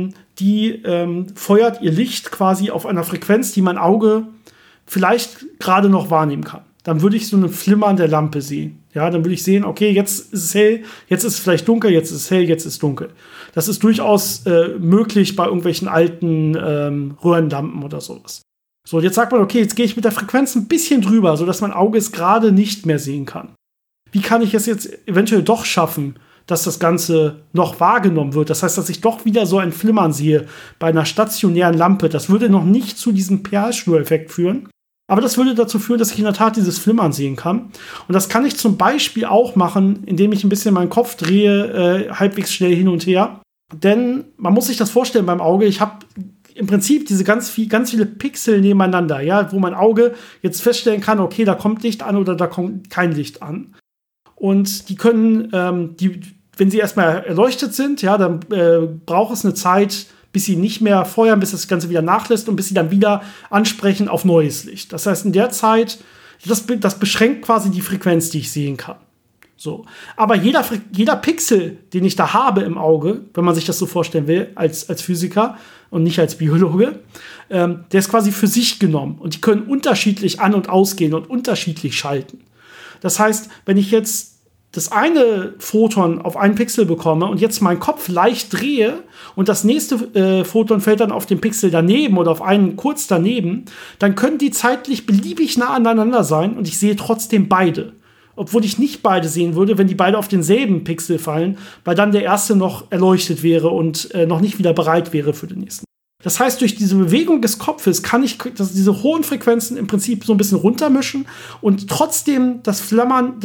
die feuert ihr Licht quasi auf einer Frequenz, die mein Auge vielleicht gerade noch wahrnehmen kann. Dann würde ich so eine Flimmern der Lampe sehen. Ja, dann würde ich sehen, okay, jetzt ist es hell, jetzt ist es vielleicht dunkel, jetzt ist es hell, jetzt ist es dunkel. Das ist durchaus möglich bei irgendwelchen alten Röhrenlampen oder sowas. So, jetzt sagt man, okay, jetzt gehe ich mit der Frequenz ein bisschen drüber, sodass mein Auge es gerade nicht mehr sehen kann. Wie kann ich es jetzt eventuell doch schaffen, dass das Ganze noch wahrgenommen wird? Das heißt, dass ich doch wieder so ein Flimmern sehe bei einer stationären Lampe. Das würde noch nicht zu diesem Perlschnur-Effekt führen. Aber das würde dazu führen, dass ich in der Tat dieses Flimmern sehen kann. Und das kann ich zum Beispiel auch machen, indem ich ein bisschen meinen Kopf drehe, halbwegs schnell hin und her. Denn man muss sich das vorstellen beim Auge. Ich habe im Prinzip diese ganz viele Pixel nebeneinander, ja, wo mein Auge jetzt feststellen kann, okay, da kommt Licht an oder da kommt kein Licht an. Und die können, wenn sie erstmal erleuchtet sind, ja, dann braucht es eine Zeit, bis sie nicht mehr feuern, bis das Ganze wieder nachlässt und bis sie dann wieder ansprechen auf neues Licht. Das heißt, in der Zeit, das beschränkt quasi die Frequenz, die ich sehen kann. So. Aber jeder Pixel, den ich da habe im Auge, wenn man sich das so vorstellen will, als Physiker und nicht als Biologe, der ist quasi für sich genommen. Und die können unterschiedlich an- und ausgehen und unterschiedlich schalten. Das heißt, wenn ich jetzt das eine Photon auf einen Pixel bekomme und jetzt meinen Kopf leicht drehe und das nächste Photon fällt dann auf den Pixel daneben oder auf einen kurz daneben, dann können die zeitlich beliebig nah aneinander sein und ich sehe trotzdem beide. Obwohl ich nicht beide sehen würde, wenn die beide auf denselben Pixel fallen, weil dann der erste noch erleuchtet wäre und noch nicht wieder bereit wäre für den nächsten. Das heißt, durch diese Bewegung des Kopfes kann ich diese hohen Frequenzen im Prinzip so ein bisschen runtermischen und trotzdem das Flimmern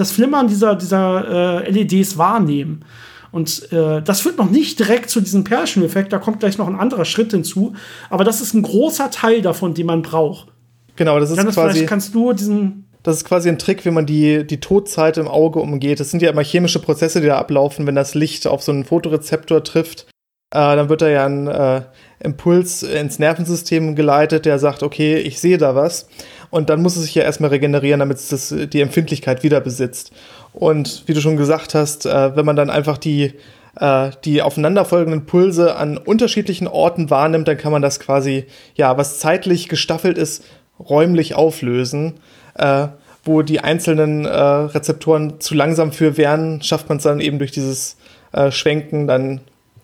dieser LEDs wahrnehmen. Und das führt noch nicht direkt zu diesem Perlschnur-Effekt, da kommt gleich noch ein anderer Schritt hinzu. Aber das ist ein großer Teil davon, den man braucht. Genau, das ist Jannis, quasi... vielleicht kannst du diesen... Das ist quasi ein Trick, wie man die Todzeit im Auge umgeht. Das sind ja immer chemische Prozesse, die da ablaufen, wenn das Licht auf so einen Photorezeptor trifft. Dann wird da ja ein Impuls ins Nervensystem geleitet, der sagt, okay, ich sehe da was. Und dann muss es sich ja erstmal regenerieren, damit es die Empfindlichkeit wieder besitzt. Und wie du schon gesagt hast, wenn man dann einfach die aufeinanderfolgenden Pulse an unterschiedlichen Orten wahrnimmt, dann kann man das quasi, ja, was zeitlich gestaffelt ist, räumlich auflösen. Wo die einzelnen Rezeptoren zu langsam für wären, schafft man es dann eben durch dieses Schwenken dann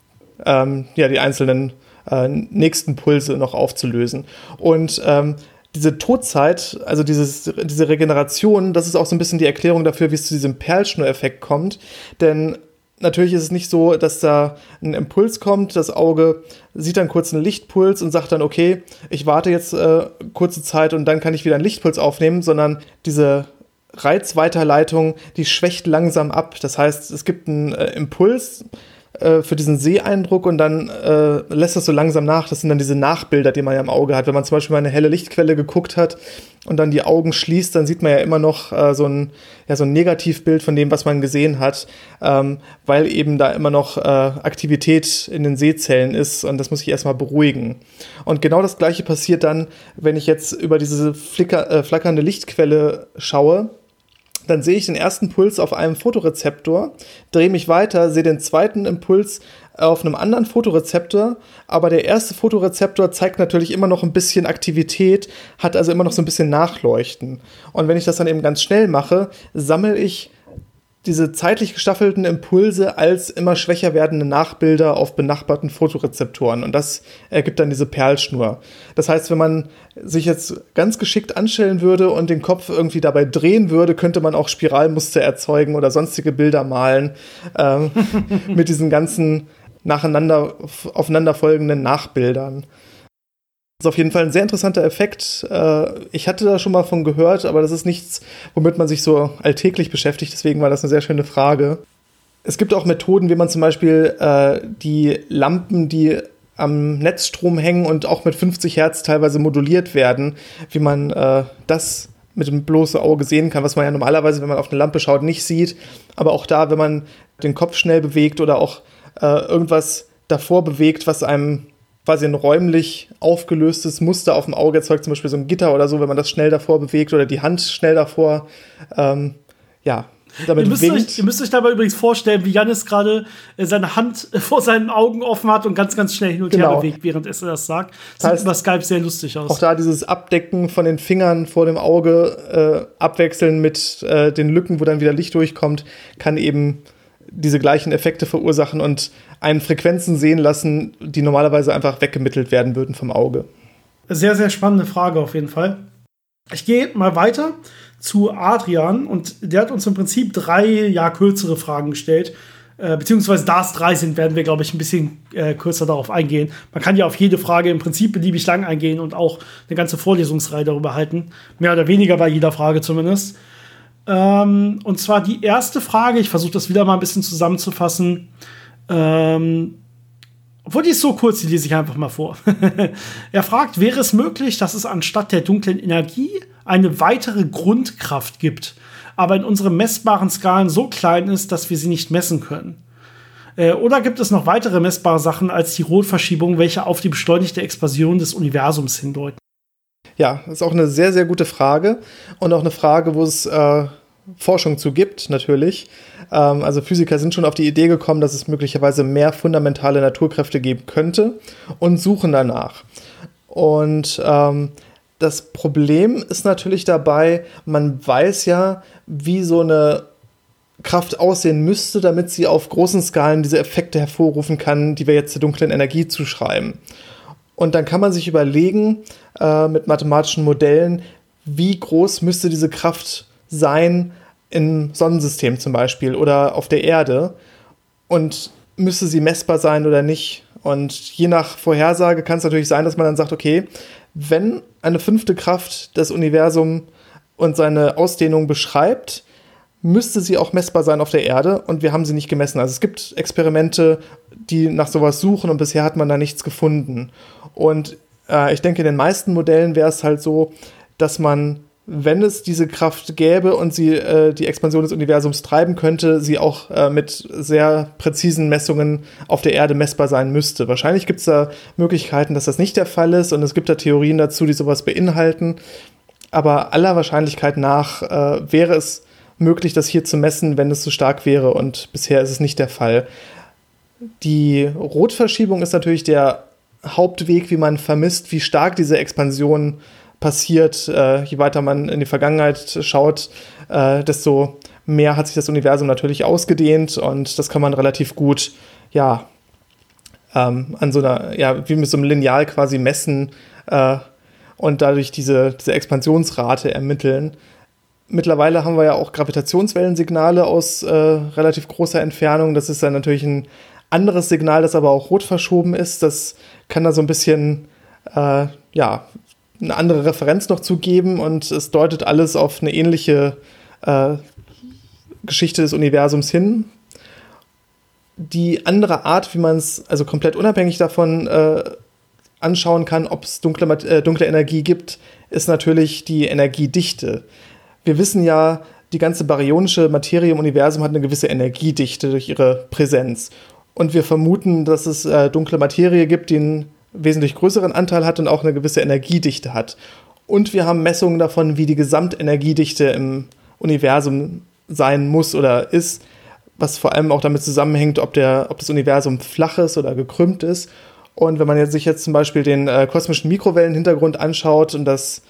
die einzelnen nächsten Pulse noch aufzulösen. Und diese Todzeit, also diese Regeneration, das ist auch so ein bisschen die Erklärung dafür, wie es zu diesem Perlschnur-Effekt kommt. Denn natürlich ist es nicht so, dass da ein Impuls kommt, das Auge sieht dann kurz einen Lichtpuls und sagt dann, okay, ich warte jetzt kurze Zeit und dann kann ich wieder einen Lichtpuls aufnehmen, sondern diese Reizweiterleitung, die schwächt langsam ab. Das heißt, es gibt einen Impuls für diesen Seheindruck und dann lässt das so langsam nach. Das sind dann diese Nachbilder, die man ja im Auge hat. Wenn man zum Beispiel mal eine helle Lichtquelle geguckt hat und dann die Augen schließt, dann sieht man ja immer noch so ein Negativbild von dem, was man gesehen hat, weil eben da immer noch Aktivität in den Sehzellen ist und das muss ich erstmal beruhigen. Und genau das Gleiche passiert dann, wenn ich jetzt über diese flackernde Lichtquelle schaue. Dann sehe ich den ersten Puls auf einem Photorezeptor, drehe mich weiter, sehe den zweiten Impuls auf einem anderen Photorezeptor, aber der erste Photorezeptor zeigt natürlich immer noch ein bisschen Aktivität, hat also immer noch so ein bisschen Nachleuchten. Und wenn ich das dann eben ganz schnell mache, sammle ich diese zeitlich gestaffelten Impulse als immer schwächer werdende Nachbilder auf benachbarten Photorezeptoren. Und das ergibt dann diese Perlschnur. Das heißt, wenn man sich jetzt ganz geschickt anstellen würde und den Kopf irgendwie dabei drehen würde, könnte man auch Spiralmuster erzeugen oder sonstige Bilder malen mit diesen ganzen aufeinanderfolgenden Nachbildern. Das ist auf jeden Fall ein sehr interessanter Effekt. Ich hatte da schon mal von gehört, aber das ist nichts, womit man sich so alltäglich beschäftigt. Deswegen war das eine sehr schöne Frage. Es gibt auch Methoden, wie man zum Beispiel die Lampen, die am Netzstrom hängen und auch mit 50 Hertz teilweise moduliert werden, wie man das mit dem bloßen Auge sehen kann, was man ja normalerweise, wenn man auf eine Lampe schaut, nicht sieht. Aber auch da, wenn man den Kopf schnell bewegt oder auch irgendwas davor bewegt, was einem quasi ein räumlich aufgelöstes Muster auf dem Auge erzeugt, zum Beispiel so ein Gitter oder so, wenn man das schnell davor bewegt oder die Hand schnell davor, damit ihr müsst euch dabei übrigens vorstellen, wie Jannis gerade seine Hand vor seinen Augen offen hat und ganz, ganz schnell hin und her bewegt, während er das sagt. Das sieht über Skype sehr lustig aus. Auch da dieses Abdecken von den Fingern vor dem Auge abwechseln mit den Lücken, wo dann wieder Licht durchkommt, kann eben diese gleichen Effekte verursachen und einen Frequenzen sehen lassen, die normalerweise einfach weggemittelt werden würden vom Auge. Sehr, sehr spannende Frage auf jeden Fall. Ich gehe mal weiter zu Adrian und der hat uns im Prinzip 3 kürzere Fragen gestellt. Beziehungsweise da es 3 sind, werden wir, glaube ich, ein bisschen kürzer darauf eingehen. Man kann ja auf jede Frage im Prinzip beliebig lang eingehen und auch eine ganze Vorlesungsreihe darüber halten. Mehr oder weniger bei jeder Frage zumindest. Und zwar die erste Frage, ich versuche das wieder mal ein bisschen zusammenzufassen. Obwohl die ist so kurz, die lese ich einfach mal vor. Er fragt, wäre es möglich, dass es anstatt der dunklen Energie eine weitere Grundkraft gibt, aber in unseren messbaren Skalen so klein ist, dass wir sie nicht messen können? Oder gibt es noch weitere messbare Sachen als die Rotverschiebung, welche auf die beschleunigte Expansion des Universums hindeuten? Ja, das ist auch eine sehr, sehr gute Frage und auch eine Frage, wo es Forschung zu gibt, natürlich. Also Physiker sind schon auf die Idee gekommen, dass es möglicherweise mehr fundamentale Naturkräfte geben könnte und suchen danach. Und das Problem ist natürlich dabei, man weiß ja, wie so eine Kraft aussehen müsste, damit sie auf großen Skalen diese Effekte hervorrufen kann, die wir jetzt der dunklen Energie zuschreiben. Und dann kann man sich überlegen, mit mathematischen Modellen, wie groß müsste diese Kraft sein im Sonnensystem zum Beispiel oder auf der Erde und müsste sie messbar sein oder nicht. Und je nach Vorhersage kann es natürlich sein, dass man dann sagt, okay, wenn eine 5. Kraft das Universum und seine Ausdehnung beschreibt, müsste sie auch messbar sein auf der Erde und wir haben sie nicht gemessen. Also es gibt Experimente, die nach sowas suchen und bisher hat man da nichts gefunden. Und ich denke, in den meisten Modellen wäre es halt so, dass man, wenn es diese Kraft gäbe und sie die Expansion des Universums treiben könnte, sie auch mit sehr präzisen Messungen auf der Erde messbar sein müsste. Wahrscheinlich gibt es da Möglichkeiten, dass das nicht der Fall ist und es gibt da Theorien dazu, die sowas beinhalten. Aber aller Wahrscheinlichkeit nach wäre es möglich, das hier zu messen, wenn es so stark wäre und bisher ist es nicht der Fall. Die Rotverschiebung ist natürlich der Hauptweg, wie man vermisst, wie stark diese Expansion passiert. Je weiter man in die Vergangenheit schaut, desto mehr hat sich das Universum natürlich ausgedehnt und das kann man relativ gut, an so einer, wie mit so einem Lineal quasi messen und dadurch diese Expansionsrate ermitteln. mittlerweile haben wir ja auch Gravitationswellensignale aus relativ großer Entfernung. Das ist dann natürlich ein anderes Signal, das aber auch rot verschoben ist. Das kann da so ein bisschen eine andere Referenz noch zugeben und es deutet alles auf eine ähnliche Geschichte des Universums hin. Die andere Art, wie man es also komplett unabhängig davon anschauen kann, ob es dunkle Energie gibt, ist natürlich die Energiedichte. Wir wissen ja, die ganze baryonische Materie im Universum hat eine gewisse Energiedichte durch ihre Präsenz. Und wir vermuten, dass es dunkle Materie gibt, die einen wesentlich größeren Anteil hat und auch eine gewisse Energiedichte hat. Und wir haben Messungen davon, wie die Gesamtenergiedichte im Universum sein muss oder ist, was vor allem auch damit zusammenhängt, ob das Universum flach ist oder gekrümmt ist. Und wenn man sich jetzt zum Beispiel den kosmischen Mikrowellenhintergrund anschaut und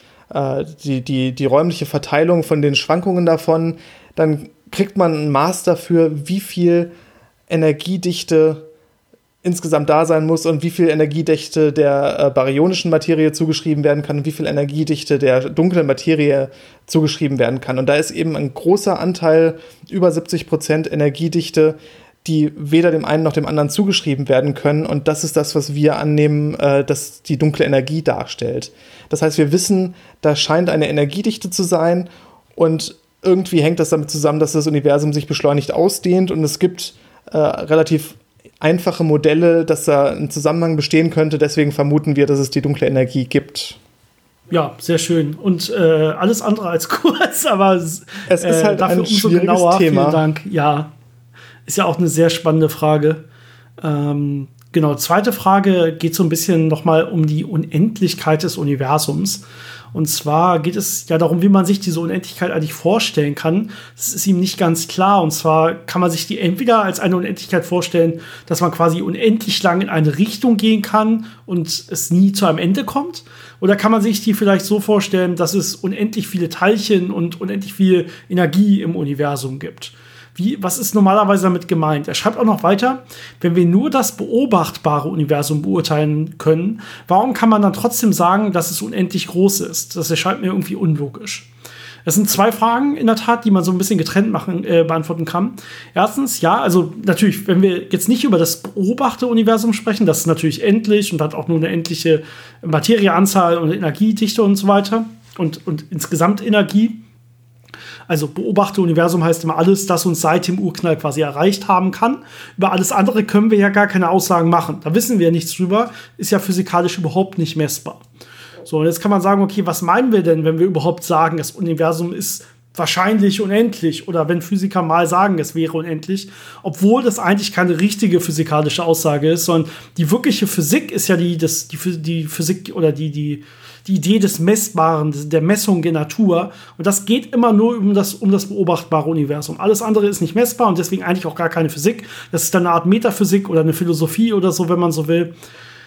die räumliche Verteilung von den Schwankungen davon, dann kriegt man ein Maß dafür, wie viel Energiedichte insgesamt da sein muss und wie viel Energiedichte der baryonischen Materie zugeschrieben werden kann und wie viel Energiedichte der dunklen Materie zugeschrieben werden kann. Und da ist eben ein großer Anteil, über 70% Energiedichte, die weder dem einen noch dem anderen zugeschrieben werden können. Und das ist das, was wir annehmen, dass die dunkle Energie darstellt. Das heißt, wir wissen, da scheint eine Energiedichte zu sein und irgendwie hängt das damit zusammen, dass das Universum sich beschleunigt ausdehnt und es gibt relativ einfache Modelle, dass da ein Zusammenhang bestehen könnte. Deswegen vermuten wir, dass es die dunkle Energie gibt. Ja, sehr schön. Und alles andere als kurz, aber es ist halt dafür ein schwieriges Thema. Vielen Dank. Ja, ist ja auch eine sehr spannende Frage. Genau, zweite Frage geht so ein bisschen nochmal um die Unendlichkeit des Universums. Und zwar geht es ja darum, wie man sich diese Unendlichkeit eigentlich vorstellen kann. Das ist ihm nicht ganz klar. Und zwar kann man sich die entweder als eine Unendlichkeit vorstellen, dass man quasi unendlich lang in eine Richtung gehen kann und es nie zu einem Ende kommt. Oder kann man sich die vielleicht so vorstellen, dass es unendlich viele Teilchen und unendlich viel Energie im Universum gibt. Was ist normalerweise damit gemeint? Er schreibt auch noch weiter, wenn wir nur das beobachtbare Universum beurteilen können, warum kann man dann trotzdem sagen, dass es unendlich groß ist? Das erscheint mir irgendwie unlogisch. Das sind zwei Fragen in der Tat, die man so ein bisschen getrennt beantworten kann. Erstens, ja, also natürlich, wenn wir jetzt nicht über das beobachtete Universum sprechen, das ist natürlich endlich und hat auch nur eine endliche Materieanzahl und Energiedichte und so weiter und insgesamt Energie. Also beobachtete Universum heißt immer alles, das uns seit dem Urknall quasi erreicht haben kann. Über alles andere können wir ja gar keine Aussagen machen. Da wissen wir ja nichts drüber, ist ja physikalisch überhaupt nicht messbar. So, und jetzt kann man sagen, okay, was meinen wir denn, wenn wir überhaupt sagen, das Universum ist wahrscheinlich unendlich oder wenn Physiker mal sagen, es wäre unendlich, obwohl das eigentlich keine richtige physikalische Aussage ist, sondern die wirkliche Physik ist ja die Physik oder die Idee des Messbaren, der Messung der Natur. Und das geht immer nur um das beobachtbare Universum. Alles andere ist nicht messbar und deswegen eigentlich auch gar keine Physik. Das ist dann eine Art Metaphysik oder eine Philosophie oder so, wenn man so will.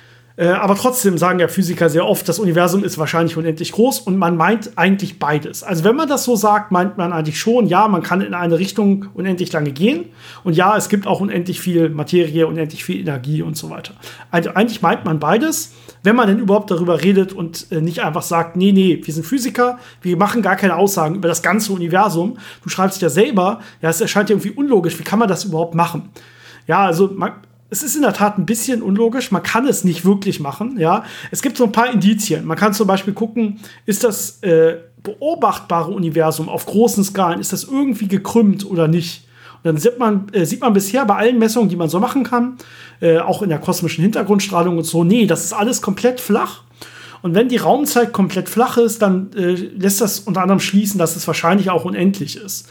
Aber trotzdem sagen ja Physiker sehr oft, das Universum ist wahrscheinlich unendlich groß und man meint eigentlich beides. Also wenn man das so sagt, meint man eigentlich schon, ja, man kann in eine Richtung unendlich lange gehen und ja, es gibt auch unendlich viel Materie, unendlich viel Energie und so weiter. Also eigentlich meint man beides, wenn man denn überhaupt darüber redet und nicht einfach sagt, nee, wir sind Physiker, wir machen gar keine Aussagen über das ganze Universum. Du schreibst ja selber, ja, es erscheint ja irgendwie unlogisch, wie kann man das überhaupt machen? Ja, also es ist in der Tat ein bisschen unlogisch. Man kann es nicht wirklich machen. Ja, es gibt so ein paar Indizien. Man kann zum Beispiel gucken, ist das beobachtbare Universum auf großen Skalen, ist das irgendwie gekrümmt oder nicht? Und dann sieht man bisher bei allen Messungen, die man so machen kann, auch in der kosmischen Hintergrundstrahlung und so, nee, das ist alles komplett flach. Und wenn die Raumzeit komplett flach ist, dann lässt das unter anderem schließen, dass es wahrscheinlich auch unendlich ist.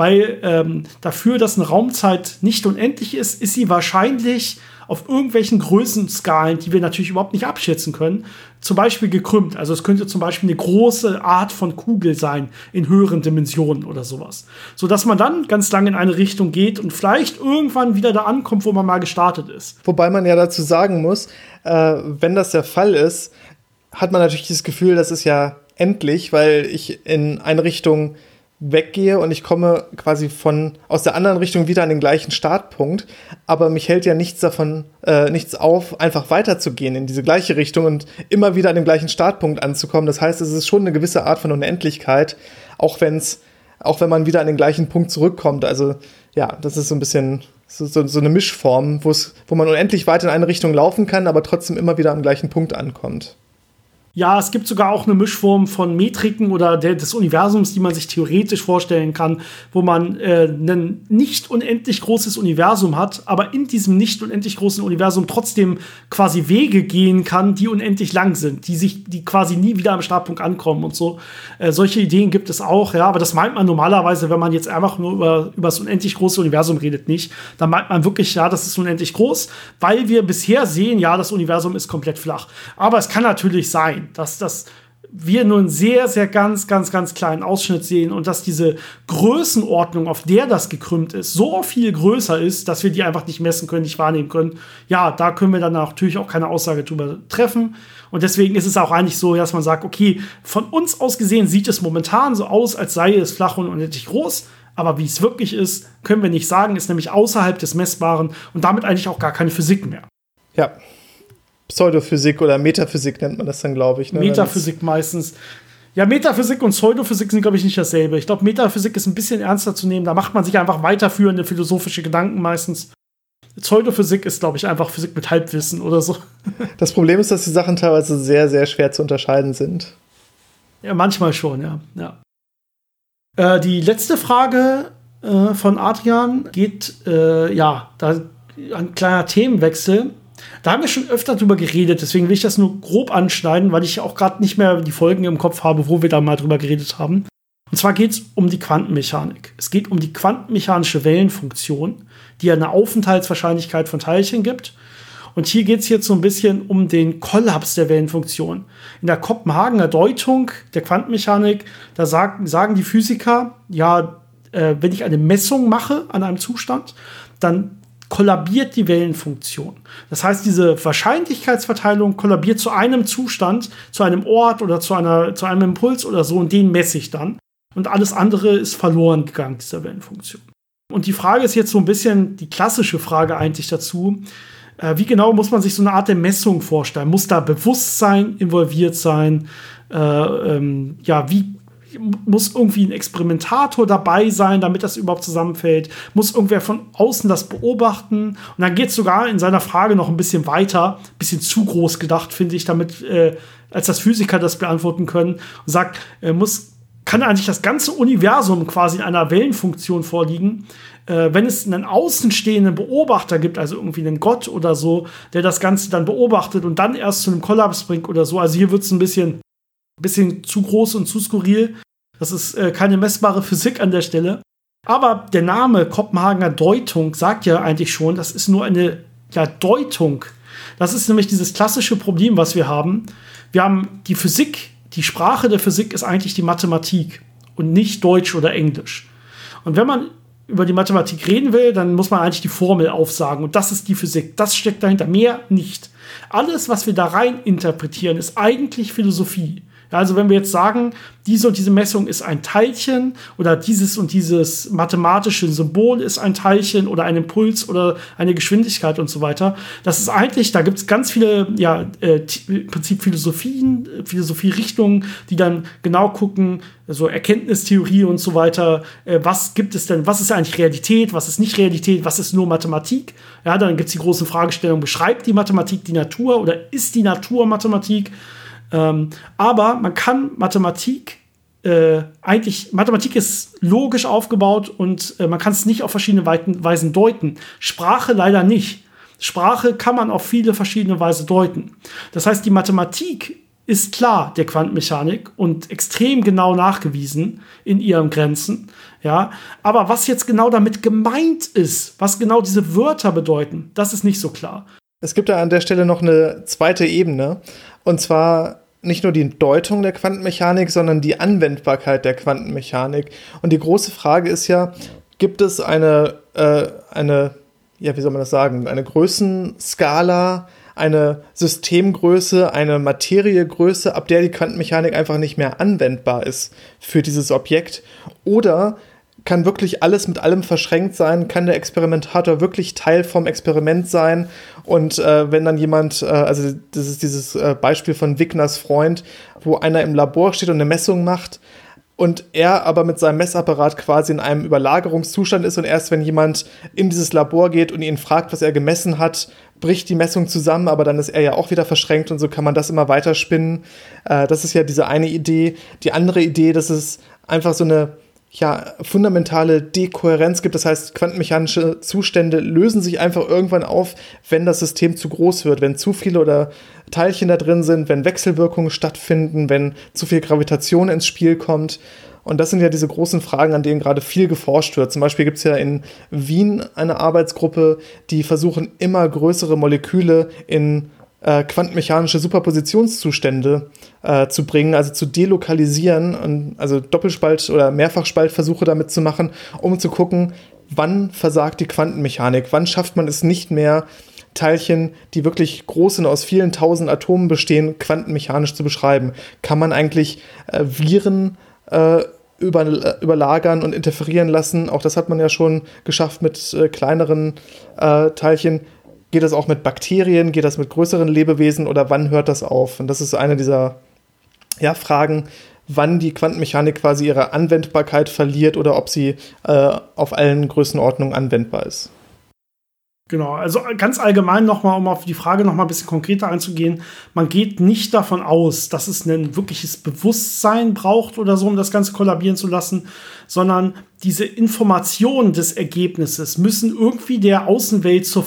Weil dafür, dass eine Raumzeit nicht unendlich ist, ist sie wahrscheinlich auf irgendwelchen Größenskalen, die wir natürlich überhaupt nicht abschätzen können, zum Beispiel gekrümmt. Also es könnte zum Beispiel eine große Art von Kugel sein in höheren Dimensionen oder sowas. Sodass man dann ganz lange in eine Richtung geht und vielleicht irgendwann wieder da ankommt, wo man mal gestartet ist. Wobei man ja dazu sagen muss, wenn das der Fall ist, hat man natürlich das Gefühl, das ist ja endlich, weil ich in eine Richtung weggehe und ich komme quasi aus der anderen Richtung wieder an den gleichen Startpunkt, aber mich hält ja nichts auf, einfach weiterzugehen in diese gleiche Richtung und immer wieder an dem gleichen Startpunkt anzukommen. Das heißt, es ist schon eine gewisse Art von Unendlichkeit, auch wenn es auch wenn man wieder an den gleichen Punkt zurückkommt. Also ja, das ist so ein bisschen so eine Mischform, wo man unendlich weit in eine Richtung laufen kann, aber trotzdem immer wieder am gleichen Punkt ankommt. Ja, es gibt sogar auch eine Mischform von Metriken oder des Universums, die man sich theoretisch vorstellen kann, wo man ein nicht unendlich großes Universum hat, aber in diesem nicht unendlich großen Universum trotzdem quasi Wege gehen kann, die unendlich lang sind, die quasi nie wieder am Startpunkt ankommen und so. Solche Ideen gibt es auch, ja, aber das meint man normalerweise, wenn man jetzt einfach nur über das unendlich große Universum redet, nicht. Dann meint man wirklich, ja, das ist unendlich groß, weil wir bisher sehen, ja, das Universum ist komplett flach. Aber es kann natürlich sein, dass wir nur einen sehr, sehr ganz kleinen Ausschnitt sehen und dass diese Größenordnung, auf der das gekrümmt ist, so viel größer ist, dass wir die einfach nicht messen können, nicht wahrnehmen können. Ja, da können wir dann natürlich auch keine Aussage drüber treffen. Und deswegen ist es auch eigentlich so, dass man sagt, okay, von uns aus gesehen sieht es momentan so aus, als sei es flach und unendlich groß. Aber wie es wirklich ist, können wir nicht sagen, ist nämlich außerhalb des Messbaren und damit eigentlich auch gar keine Physik mehr. Ja. Pseudophysik oder Metaphysik nennt man das dann, glaube ich. Ne? Metaphysik meistens. Ja, Metaphysik und Pseudophysik sind, glaube ich, nicht dasselbe. Ich glaube, Metaphysik ist ein bisschen ernster zu nehmen. Da macht man sich einfach weiterführende philosophische Gedanken meistens. Pseudophysik ist, glaube ich, einfach Physik mit Halbwissen oder so. Das Problem ist, dass die Sachen teilweise sehr, sehr schwer zu unterscheiden sind. Ja, manchmal schon, ja. Die letzte Frage von Adrian geht, da ein kleiner Themenwechsel. Da haben wir schon öfter drüber geredet, deswegen will ich das nur grob anschneiden, weil ich auch gerade nicht mehr die Folgen im Kopf habe, wo wir da mal drüber geredet haben. Und zwar geht es um die Quantenmechanik. Es geht um die quantenmechanische Wellenfunktion, die eine Aufenthaltswahrscheinlichkeit von Teilchen gibt. Und hier geht es jetzt so ein bisschen um den Kollaps der Wellenfunktion. In der Kopenhagener Deutung der Quantenmechanik, da sagen die Physiker, ja, wenn ich eine Messung mache an einem Zustand, dann kollabiert die Wellenfunktion. Das heißt, diese Wahrscheinlichkeitsverteilung kollabiert zu einem Zustand, zu einem Ort oder zu einem Impuls oder so, und den messe ich dann. Und alles andere ist verloren gegangen, dieser Wellenfunktion. Und die Frage ist jetzt so ein bisschen die klassische Frage eigentlich dazu. Wie genau muss man sich so eine Art der Messung vorstellen? Muss da Bewusstsein involviert sein? Wie muss irgendwie ein Experimentator dabei sein, damit das überhaupt zusammenfällt? Muss irgendwer von außen das beobachten? Und dann geht es sogar in seiner Frage noch ein bisschen weiter, ein bisschen zu groß gedacht, finde ich, damit, als dass Physiker das beantworten können, und sagt, kann eigentlich das ganze Universum quasi in einer Wellenfunktion vorliegen, wenn es einen außenstehenden Beobachter gibt, also irgendwie einen Gott oder so, der das Ganze dann beobachtet und dann erst zu einem Kollaps bringt oder so. Also hier wird es ein bisschen zu groß und zu skurril. Das ist keine messbare Physik an der Stelle. Aber der Name Kopenhagener Deutung sagt ja eigentlich schon, das ist nur eine Deutung. Das ist nämlich dieses klassische Problem, was wir haben. Wir haben die Physik, die Sprache der Physik ist eigentlich die Mathematik und nicht Deutsch oder Englisch. Und wenn man über die Mathematik reden will, dann muss man eigentlich die Formel aufsagen. Und das ist die Physik. Das steckt dahinter. Mehr nicht. Alles, was wir da rein interpretieren, ist eigentlich Philosophie. Ja, also wenn wir jetzt sagen, diese und diese Messung ist ein Teilchen oder dieses und dieses mathematische Symbol ist ein Teilchen oder ein Impuls oder eine Geschwindigkeit und so weiter, das ist eigentlich, da gibt es ganz viele, im Prinzip Philosophierichtungen, die dann genau gucken, so Erkenntnistheorie und so weiter, was gibt es denn, was ist eigentlich Realität, was ist nicht Realität, was ist nur Mathematik? Ja, dann gibt es die große Fragestellung, beschreibt die Mathematik die Natur oder ist die Natur Mathematik? Aber man kann Mathematik Mathematik ist logisch aufgebaut und man kann es nicht auf verschiedene Weisen deuten. Sprache leider nicht. Sprache kann man auf viele verschiedene Weise deuten. Das heißt, die Mathematik ist klar der Quantenmechanik und extrem genau nachgewiesen in ihren Grenzen. Ja, aber was jetzt genau damit gemeint ist, was genau diese Wörter bedeuten, das ist nicht so klar. Es gibt da an der Stelle noch eine zweite Ebene, und zwar nicht nur die Deutung der Quantenmechanik, sondern die Anwendbarkeit der Quantenmechanik. Und die große Frage ist ja, gibt es eine Größenskala, eine Systemgröße, eine Materiegröße, ab der die Quantenmechanik einfach nicht mehr anwendbar ist für dieses Objekt? Oder kann wirklich alles mit allem verschränkt sein? Kann der Experimentator wirklich Teil vom Experiment sein? Und wenn dann jemand, also das ist dieses Beispiel von Wigners Freund, wo einer im Labor steht und eine Messung macht, und er aber mit seinem Messapparat quasi in einem Überlagerungszustand ist und erst wenn jemand in dieses Labor geht und ihn fragt, was er gemessen hat, bricht die Messung zusammen, aber dann ist er ja auch wieder verschränkt und so kann man das immer weiter spinnen. Das ist ja diese eine Idee. Die andere Idee, dass es einfach so eine fundamentale Dekohärenz gibt. Das heißt, quantenmechanische Zustände lösen sich einfach irgendwann auf, wenn das System zu groß wird, wenn zu viele oder Teilchen da drin sind, wenn Wechselwirkungen stattfinden, wenn zu viel Gravitation ins Spiel kommt. Und das sind ja diese großen Fragen, an denen gerade viel geforscht wird. Zum Beispiel gibt es ja in Wien eine Arbeitsgruppe, die versuchen, immer größere Moleküle in quantenmechanische Superpositionszustände zu bringen, also zu delokalisieren, und also Doppelspalt- oder Mehrfachspaltversuche damit zu machen, um zu gucken, wann versagt die Quantenmechanik, wann schafft man es nicht mehr, Teilchen, die wirklich groß sind, aus vielen tausend Atomen bestehen, quantenmechanisch zu beschreiben. Kann man eigentlich Viren überlagern und interferieren lassen? Auch das hat man ja schon geschafft mit kleineren Teilchen. Geht das auch mit Bakterien? Geht das mit größeren Lebewesen? Oder wann hört das auf? Und das ist eine dieser Fragen, wann die Quantenmechanik quasi ihre Anwendbarkeit verliert oder ob sie auf allen Größenordnungen anwendbar ist. Genau, also ganz allgemein nochmal, um auf die Frage nochmal ein bisschen konkreter einzugehen, man geht nicht davon aus, dass es ein wirkliches Bewusstsein braucht oder so, um das Ganze kollabieren zu lassen, sondern diese Informationen des Ergebnisses müssen irgendwie der Außenwelt zur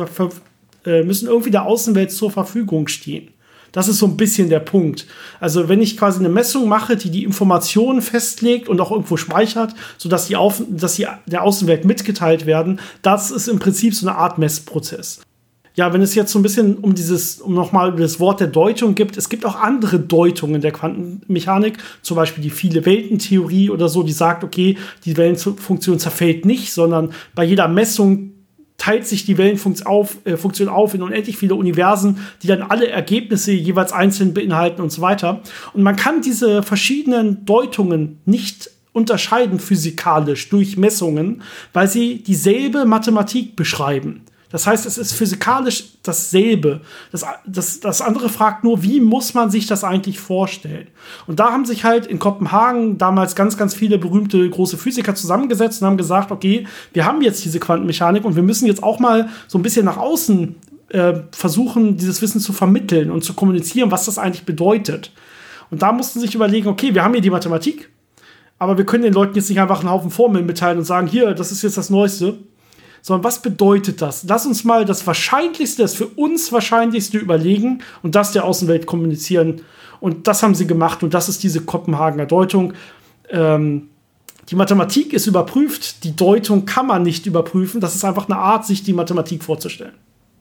Verfügung stehen. Das ist so ein bisschen der Punkt. Also wenn ich quasi eine Messung mache, die Informationen festlegt und auch irgendwo speichert, sodass die der Außenwelt mitgeteilt werden, das ist im Prinzip so eine Art Messprozess. Ja, wenn es jetzt so ein bisschen um nochmal das Wort der Deutung gibt, es gibt auch andere Deutungen der Quantenmechanik, zum Beispiel die Viele-Welten-Theorie oder so, die sagt, okay, die Wellenfunktion zerfällt nicht, sondern bei jeder Messung teilt sich die Wellenfunktion auf in unendlich viele Universen, die dann alle Ergebnisse jeweils einzeln beinhalten und so weiter. Und man kann diese verschiedenen Deutungen nicht unterscheiden physikalisch durch Messungen, weil sie dieselbe Mathematik beschreiben. Das heißt, es ist physikalisch dasselbe. Das andere fragt nur, wie muss man sich das eigentlich vorstellen? Und da haben sich halt in Kopenhagen damals ganz, ganz viele berühmte große Physiker zusammengesetzt und haben gesagt, okay, wir haben jetzt diese Quantenmechanik und wir müssen jetzt auch mal so ein bisschen nach außen versuchen, dieses Wissen zu vermitteln und zu kommunizieren, was das eigentlich bedeutet. Und da mussten sie sich überlegen, okay, wir haben hier die Mathematik, aber wir können den Leuten jetzt nicht einfach einen Haufen Formeln mitteilen und sagen, hier, das ist jetzt das Neueste. Sondern was bedeutet das? Lass uns mal das Wahrscheinlichste, das für uns Wahrscheinlichste überlegen und das der Außenwelt kommunizieren. Und das haben sie gemacht und das ist diese Kopenhagener Deutung. Die Mathematik ist überprüft, die Deutung kann man nicht überprüfen. Das ist einfach eine Art, sich die Mathematik vorzustellen.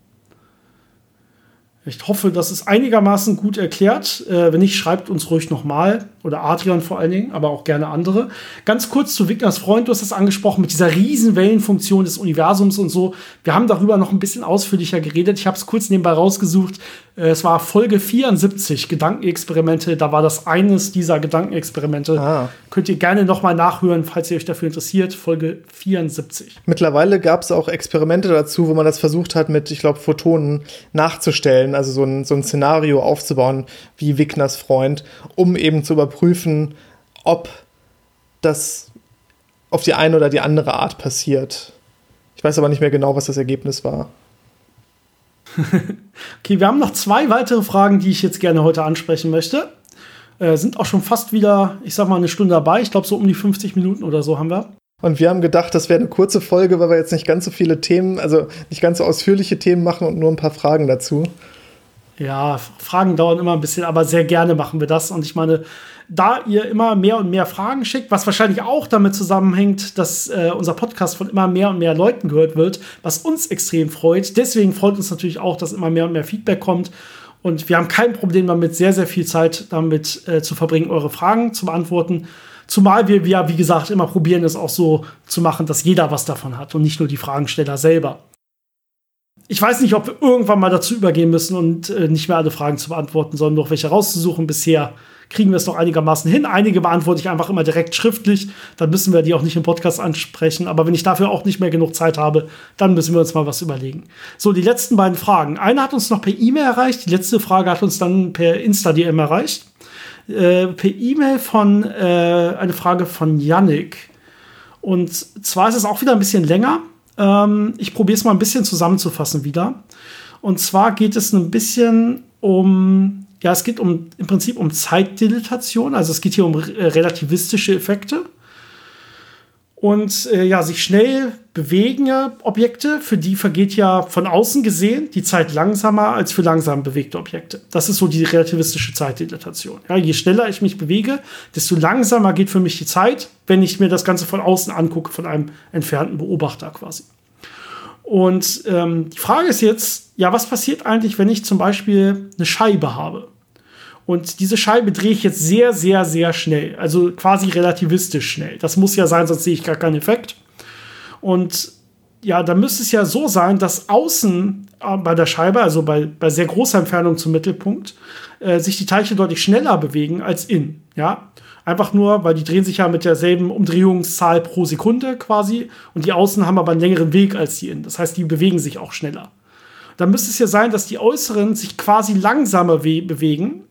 Ich hoffe, das ist einigermaßen gut erklärt. Wenn nicht, schreibt uns ruhig nochmal. Oder Adrian vor allen Dingen, aber auch gerne andere. Ganz kurz zu Wigners Freund, du hast das angesprochen mit dieser riesen Wellenfunktion des Universums und so. Wir haben darüber noch ein bisschen ausführlicher geredet. Ich habe es kurz nebenbei rausgesucht. Es war Folge 74, Gedankenexperimente. Da war das eines dieser Gedankenexperimente. Könnt ihr gerne nochmal nachhören, falls ihr euch dafür interessiert. Folge 74. Mittlerweile gab es auch Experimente dazu, wo man das versucht hat, mit, ich glaube, Photonen nachzustellen. Also so ein Szenario aufzubauen, wie Wigners Freund, um eben zu überprüfen, ob das auf die eine oder die andere Art passiert. Ich weiß aber nicht mehr genau, was das Ergebnis war. Okay, wir haben noch 2 weitere Fragen, die ich jetzt gerne heute ansprechen möchte. Sind auch schon fast wieder, ich sag mal, eine Stunde dabei. Ich glaube, so um die 50 Minuten oder so haben wir. Und wir haben gedacht, das wäre eine kurze Folge, weil wir jetzt nicht ganz so viele Themen, also nicht ganz so ausführliche Themen machen und nur ein paar Fragen dazu. Ja, Fragen dauern immer ein bisschen, aber sehr gerne machen wir das. Und ich meine, da ihr immer mehr und mehr Fragen schickt, was wahrscheinlich auch damit zusammenhängt, dass unser Podcast von immer mehr und mehr Leuten gehört wird, was uns extrem freut. Deswegen freut uns natürlich auch, dass immer mehr und mehr Feedback kommt. Und wir haben kein Problem damit, sehr, sehr viel Zeit damit zu verbringen, eure Fragen zu beantworten. Zumal wir, wie gesagt, immer probieren, es auch so zu machen, dass jeder was davon hat und nicht nur die Fragensteller selber. Ich weiß nicht, ob wir irgendwann mal dazu übergehen müssen und nicht mehr alle Fragen zu beantworten, sondern noch welche rauszusuchen. Bisher kriegen wir es noch einigermaßen hin. Einige beantworte ich einfach immer direkt schriftlich. Dann müssen wir die auch nicht im Podcast ansprechen. Aber wenn ich dafür auch nicht mehr genug Zeit habe, dann müssen wir uns mal was überlegen. So, die letzten beiden Fragen. Eine hat uns noch per E-Mail erreicht. Die letzte Frage hat uns dann per Insta-DM erreicht. per E-Mail von eine Frage von Yannick. Und zwar ist es auch wieder ein bisschen länger. Ich probiere es mal ein bisschen zusammenzufassen wieder. Und zwar geht es ein bisschen es geht im Prinzip um Zeitdilatation. Also es geht hier um relativistische Effekte. Und sich schnell bewegende Objekte, für die vergeht ja von außen gesehen die Zeit langsamer als für langsam bewegte Objekte. Das ist so die relativistische Zeitdilatation. Ja, je schneller ich mich bewege, desto langsamer geht für mich die Zeit, wenn ich mir das Ganze von außen angucke, von einem entfernten Beobachter quasi. Und die Frage ist jetzt, was passiert eigentlich, wenn ich zum Beispiel eine Scheibe habe? Und diese Scheibe drehe ich jetzt sehr, sehr, sehr schnell. Also quasi relativistisch schnell. Das muss ja sein, sonst sehe ich gar keinen Effekt. Und da müsste es ja so sein, dass außen bei der Scheibe, also bei sehr großer Entfernung zum Mittelpunkt, sich die Teilchen deutlich schneller bewegen als innen. Ja? Einfach nur, weil die drehen sich ja mit derselben Umdrehungszahl pro Sekunde quasi. Und die Außen haben aber einen längeren Weg als die innen. Das heißt, die bewegen sich auch schneller. Dann müsste es ja sein, dass die Äußeren sich quasi langsamer bewegen.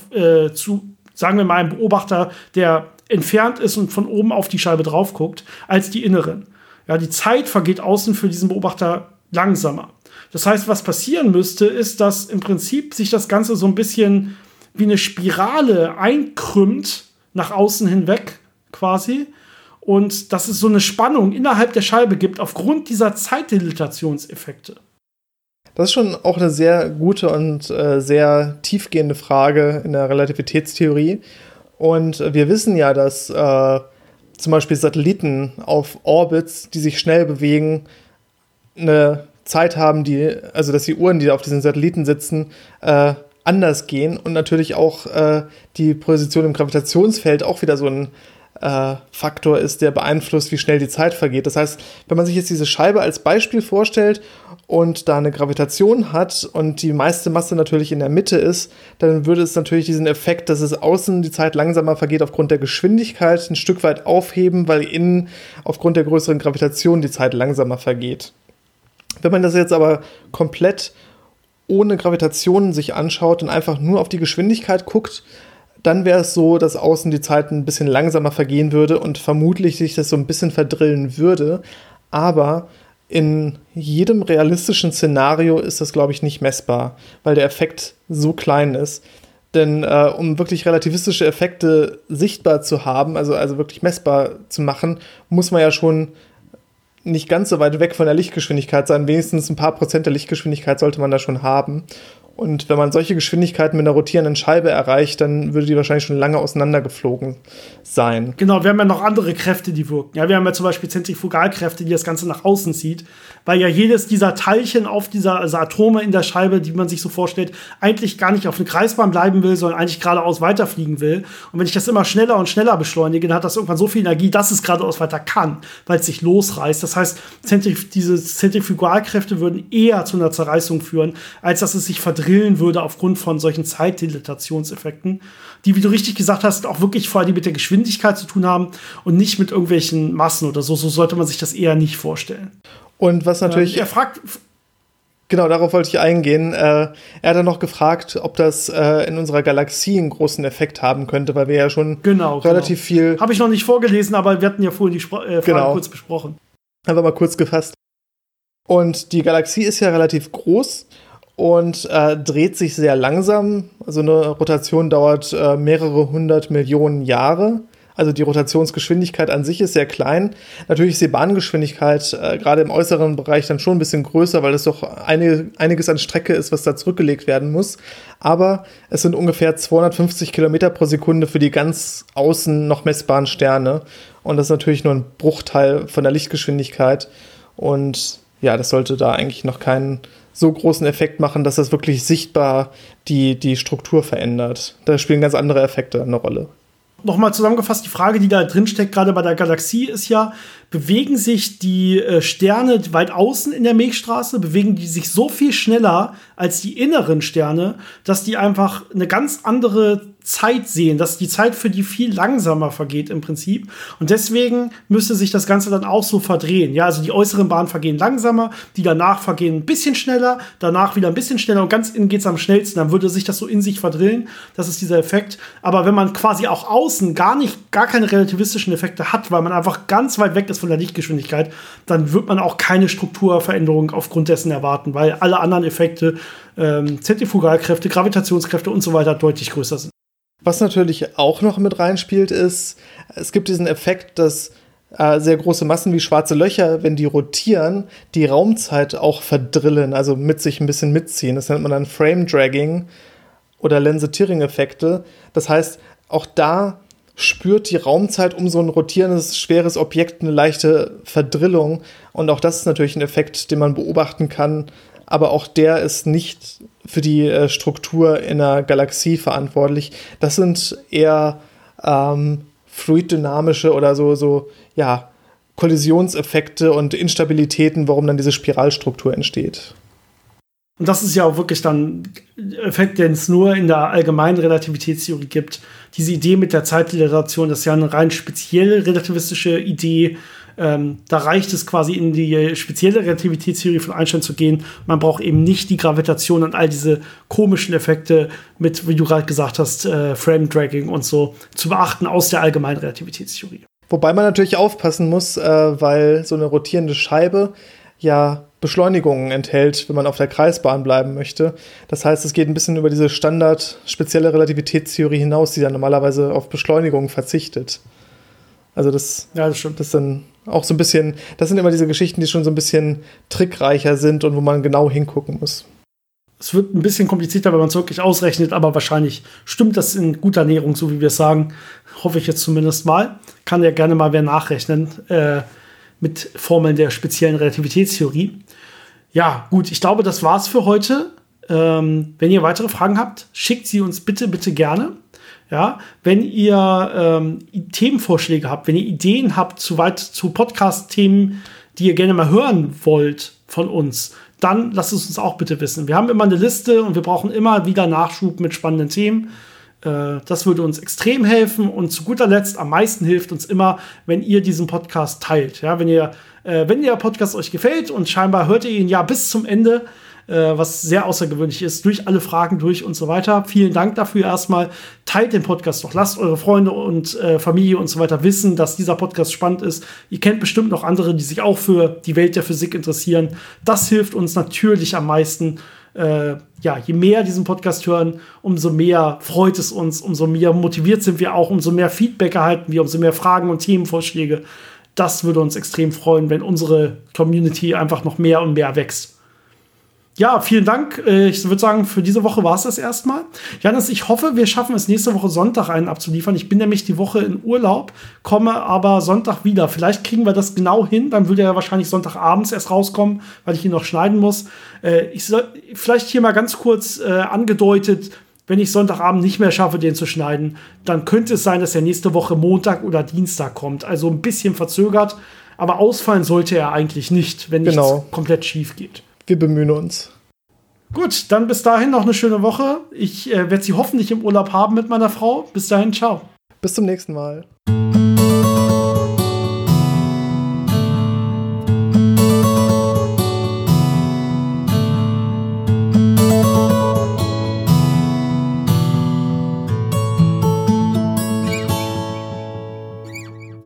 Sagen wir mal, einem Beobachter, der entfernt ist und von oben auf die Scheibe drauf guckt, als die inneren. Ja, die Zeit vergeht außen für diesen Beobachter langsamer. Das heißt, was passieren müsste, ist, dass im Prinzip sich das Ganze so ein bisschen wie eine Spirale einkrümmt, nach außen hinweg quasi. Und dass es so eine Spannung innerhalb der Scheibe gibt, aufgrund dieser Zeitdilatationseffekte. Das ist schon auch eine sehr gute und sehr tiefgehende Frage in der Relativitätstheorie. Und wir wissen ja, dass zum Beispiel Satelliten auf Orbits, die sich schnell bewegen, eine Zeit haben, dass die Uhren, die auf diesen Satelliten sitzen, anders gehen. Und natürlich auch die Position im Gravitationsfeld auch wieder so ein Faktor ist, der beeinflusst, wie schnell die Zeit vergeht. Das heißt, wenn man sich jetzt diese Scheibe als Beispiel vorstellt und da eine Gravitation hat und die meiste Masse natürlich in der Mitte ist, dann würde es natürlich diesen Effekt, dass es außen die Zeit langsamer vergeht, aufgrund der Geschwindigkeit ein Stück weit aufheben, weil innen aufgrund der größeren Gravitation die Zeit langsamer vergeht. Wenn man das jetzt aber komplett ohne Gravitation sich anschaut und einfach nur auf die Geschwindigkeit guckt, dann wäre es so, dass außen die Zeit ein bisschen langsamer vergehen würde und vermutlich sich das so ein bisschen verdrillen würde. Aber in jedem realistischen Szenario ist das, glaube ich, nicht messbar, weil der Effekt so klein ist. Denn um wirklich relativistische Effekte sichtbar zu haben, also wirklich messbar zu machen, muss man ja schon nicht ganz so weit weg von der Lichtgeschwindigkeit sein. Wenigstens ein paar Prozent der Lichtgeschwindigkeit sollte man da schon haben. Und wenn man solche Geschwindigkeiten mit einer rotierenden Scheibe erreicht, dann würde die wahrscheinlich schon lange auseinandergeflogen sein. Genau, wir haben ja noch andere Kräfte, die wirken. Ja, wir haben ja zum Beispiel Zentrifugalkräfte, die das Ganze nach außen zieht, weil ja jedes dieser Teilchen also Atome in der Scheibe, die man sich so vorstellt, eigentlich gar nicht auf eine Kreisbahn bleiben will, sondern eigentlich geradeaus weiterfliegen will. Und wenn ich das immer schneller und schneller beschleunige, dann hat das irgendwann so viel Energie, dass es geradeaus weiter kann, weil es sich losreißt. Das heißt, diese Zentrifugalkräfte würden eher zu einer Zerreißung führen, als dass es sich verdrillen würde aufgrund von solchen Zeitdilatationseffekten, die, wie du richtig gesagt hast, auch wirklich vor allem mit der Geschwindigkeit zu tun haben und nicht mit irgendwelchen Massen oder so. So sollte man sich das eher nicht vorstellen. Und was natürlich... Er fragt... Genau, darauf wollte ich eingehen. Er hat dann noch gefragt, ob das in unserer Galaxie einen großen Effekt haben könnte, weil wir ja schon relativ viel... Habe ich noch nicht vorgelesen, aber wir hatten ja vorhin die Frage kurz besprochen. Einfach mal kurz gefasst. Und die Galaxie ist ja relativ groß und dreht sich sehr langsam. Also eine Rotation dauert mehrere 100 Millionen Jahre. Also die Rotationsgeschwindigkeit an sich ist sehr klein. Natürlich ist die Bahngeschwindigkeit gerade im äußeren Bereich dann schon ein bisschen größer, weil es doch einiges an Strecke ist, was da zurückgelegt werden muss. Aber es sind ungefähr 250 Kilometer pro Sekunde für die ganz außen noch messbaren Sterne. Und das ist natürlich nur ein Bruchteil von der Lichtgeschwindigkeit. Und ja, das sollte da eigentlich noch keinen so großen Effekt machen, dass das wirklich sichtbar die Struktur verändert. Da spielen ganz andere Effekte eine Rolle. Nochmal zusammengefasst, die Frage, die da drin steckt, gerade bei der Galaxie, ist ja, bewegen sich die Sterne weit außen in der Milchstraße, bewegen die sich so viel schneller als die inneren Sterne, dass die einfach eine ganz andere Zeit sehen, dass die Zeit für die viel langsamer vergeht im Prinzip. Und deswegen müsste sich das Ganze dann auch so verdrehen. Ja, also die äußeren Bahnen vergehen langsamer, die danach vergehen ein bisschen schneller, danach wieder ein bisschen schneller und ganz innen geht es am schnellsten. Dann würde sich das so in sich verdrillen. Das ist dieser Effekt. Aber wenn man quasi auch außen gar keine relativistischen Effekte hat, weil man einfach ganz weit weg ist von der Lichtgeschwindigkeit, dann wird man auch keine Strukturveränderung aufgrund dessen erwarten, weil alle anderen Effekte, Zentrifugalkräfte, Gravitationskräfte und so weiter deutlich größer sind. Was natürlich auch noch mit reinspielt, ist, es gibt diesen Effekt, dass sehr große Massen wie schwarze Löcher, wenn die rotieren, die Raumzeit auch verdrillen, also mit sich ein bisschen mitziehen. Das nennt man dann Frame-Dragging oder Lense-Tearing-Effekte. Das heißt, auch da spürt die Raumzeit um so ein rotierendes, schweres Objekt eine leichte Verdrillung. Und auch das ist natürlich ein Effekt, den man beobachten kann. Aber auch der ist nicht für die Struktur in einer Galaxie verantwortlich. Das sind eher fluiddynamische oder so Kollisionseffekte und Instabilitäten, warum dann diese Spiralstruktur entsteht. Und das ist ja auch wirklich dann ein Effekt, den es nur in der allgemeinen Relativitätstheorie gibt. Diese Idee mit der Zeitdilatation, das ist ja eine rein spezielle relativistische Idee. Da reicht es quasi in die spezielle Relativitätstheorie von Einstein zu gehen. Man braucht eben nicht die Gravitation und all diese komischen Effekte mit, wie du gerade gesagt hast, Frame-Dragging und so zu beachten aus der allgemeinen Relativitätstheorie. Wobei man natürlich aufpassen muss, weil so eine rotierende Scheibe ja Beschleunigungen enthält, wenn man auf der Kreisbahn bleiben möchte. Das heißt, es geht ein bisschen über diese Standard-spezielle Relativitätstheorie hinaus, die dann normalerweise auf Beschleunigungen verzichtet. Also das stimmt. Das dann auch so ein bisschen, das sind immer diese Geschichten, die schon so ein bisschen trickreicher sind und wo man genau hingucken muss. Es wird ein bisschen komplizierter, wenn man es wirklich ausrechnet, aber wahrscheinlich stimmt das in guter Näherung, so wie wir es sagen. Hoffe ich jetzt zumindest mal. Kann ja gerne mal wer nachrechnen mit Formeln der speziellen Relativitätstheorie. Ja, gut, ich glaube, das war's für heute. Wenn ihr weitere Fragen habt, schickt sie uns bitte gerne. Ja, wenn ihr Themenvorschläge habt, wenn ihr Ideen habt zu Podcast-Themen, die ihr gerne mal hören wollt von uns, dann lasst es uns auch bitte wissen. Wir haben immer eine Liste und wir brauchen immer wieder Nachschub mit spannenden Themen. Das würde uns extrem helfen und zu guter Letzt am meisten hilft uns immer, wenn ihr diesen Podcast teilt. Ja, wenn der Podcast euch gefällt und scheinbar hört ihr ihn ja bis zum Ende, was sehr außergewöhnlich ist, durch alle Fragen durch und so weiter. Vielen Dank dafür erstmal. Teilt den Podcast doch. Lasst eure Freunde und Familie und so weiter wissen, dass dieser Podcast spannend ist. Ihr kennt bestimmt noch andere, die sich auch für die Welt der Physik interessieren. Das hilft uns natürlich am meisten. Je mehr diesen Podcast hören, umso mehr freut es uns, umso mehr motiviert sind wir auch, umso mehr Feedback erhalten wir, umso mehr Fragen und Themenvorschläge. Das würde uns extrem freuen, wenn unsere Community einfach noch mehr und mehr wächst. Ja, vielen Dank. Ich würde sagen, für diese Woche war es das erstmal. Janis, ich hoffe, wir schaffen es nächste Woche Sonntag einen abzuliefern. Ich bin nämlich die Woche in Urlaub, komme aber Sonntag wieder. Vielleicht kriegen wir das genau hin. Dann würde er wahrscheinlich Sonntagabends erst rauskommen, weil ich ihn noch schneiden muss. Vielleicht hier mal ganz kurz angedeutet, wenn ich Sonntagabend nicht mehr schaffe, den zu schneiden, dann könnte es sein, dass er nächste Woche Montag oder Dienstag kommt. Also ein bisschen verzögert. Aber ausfallen sollte er eigentlich nicht, wenn nichts komplett schief geht. Wir bemühen uns. Gut, dann bis dahin noch eine schöne Woche. Ich werde sie hoffentlich im Urlaub haben mit meiner Frau. Bis dahin, ciao. Bis zum nächsten Mal.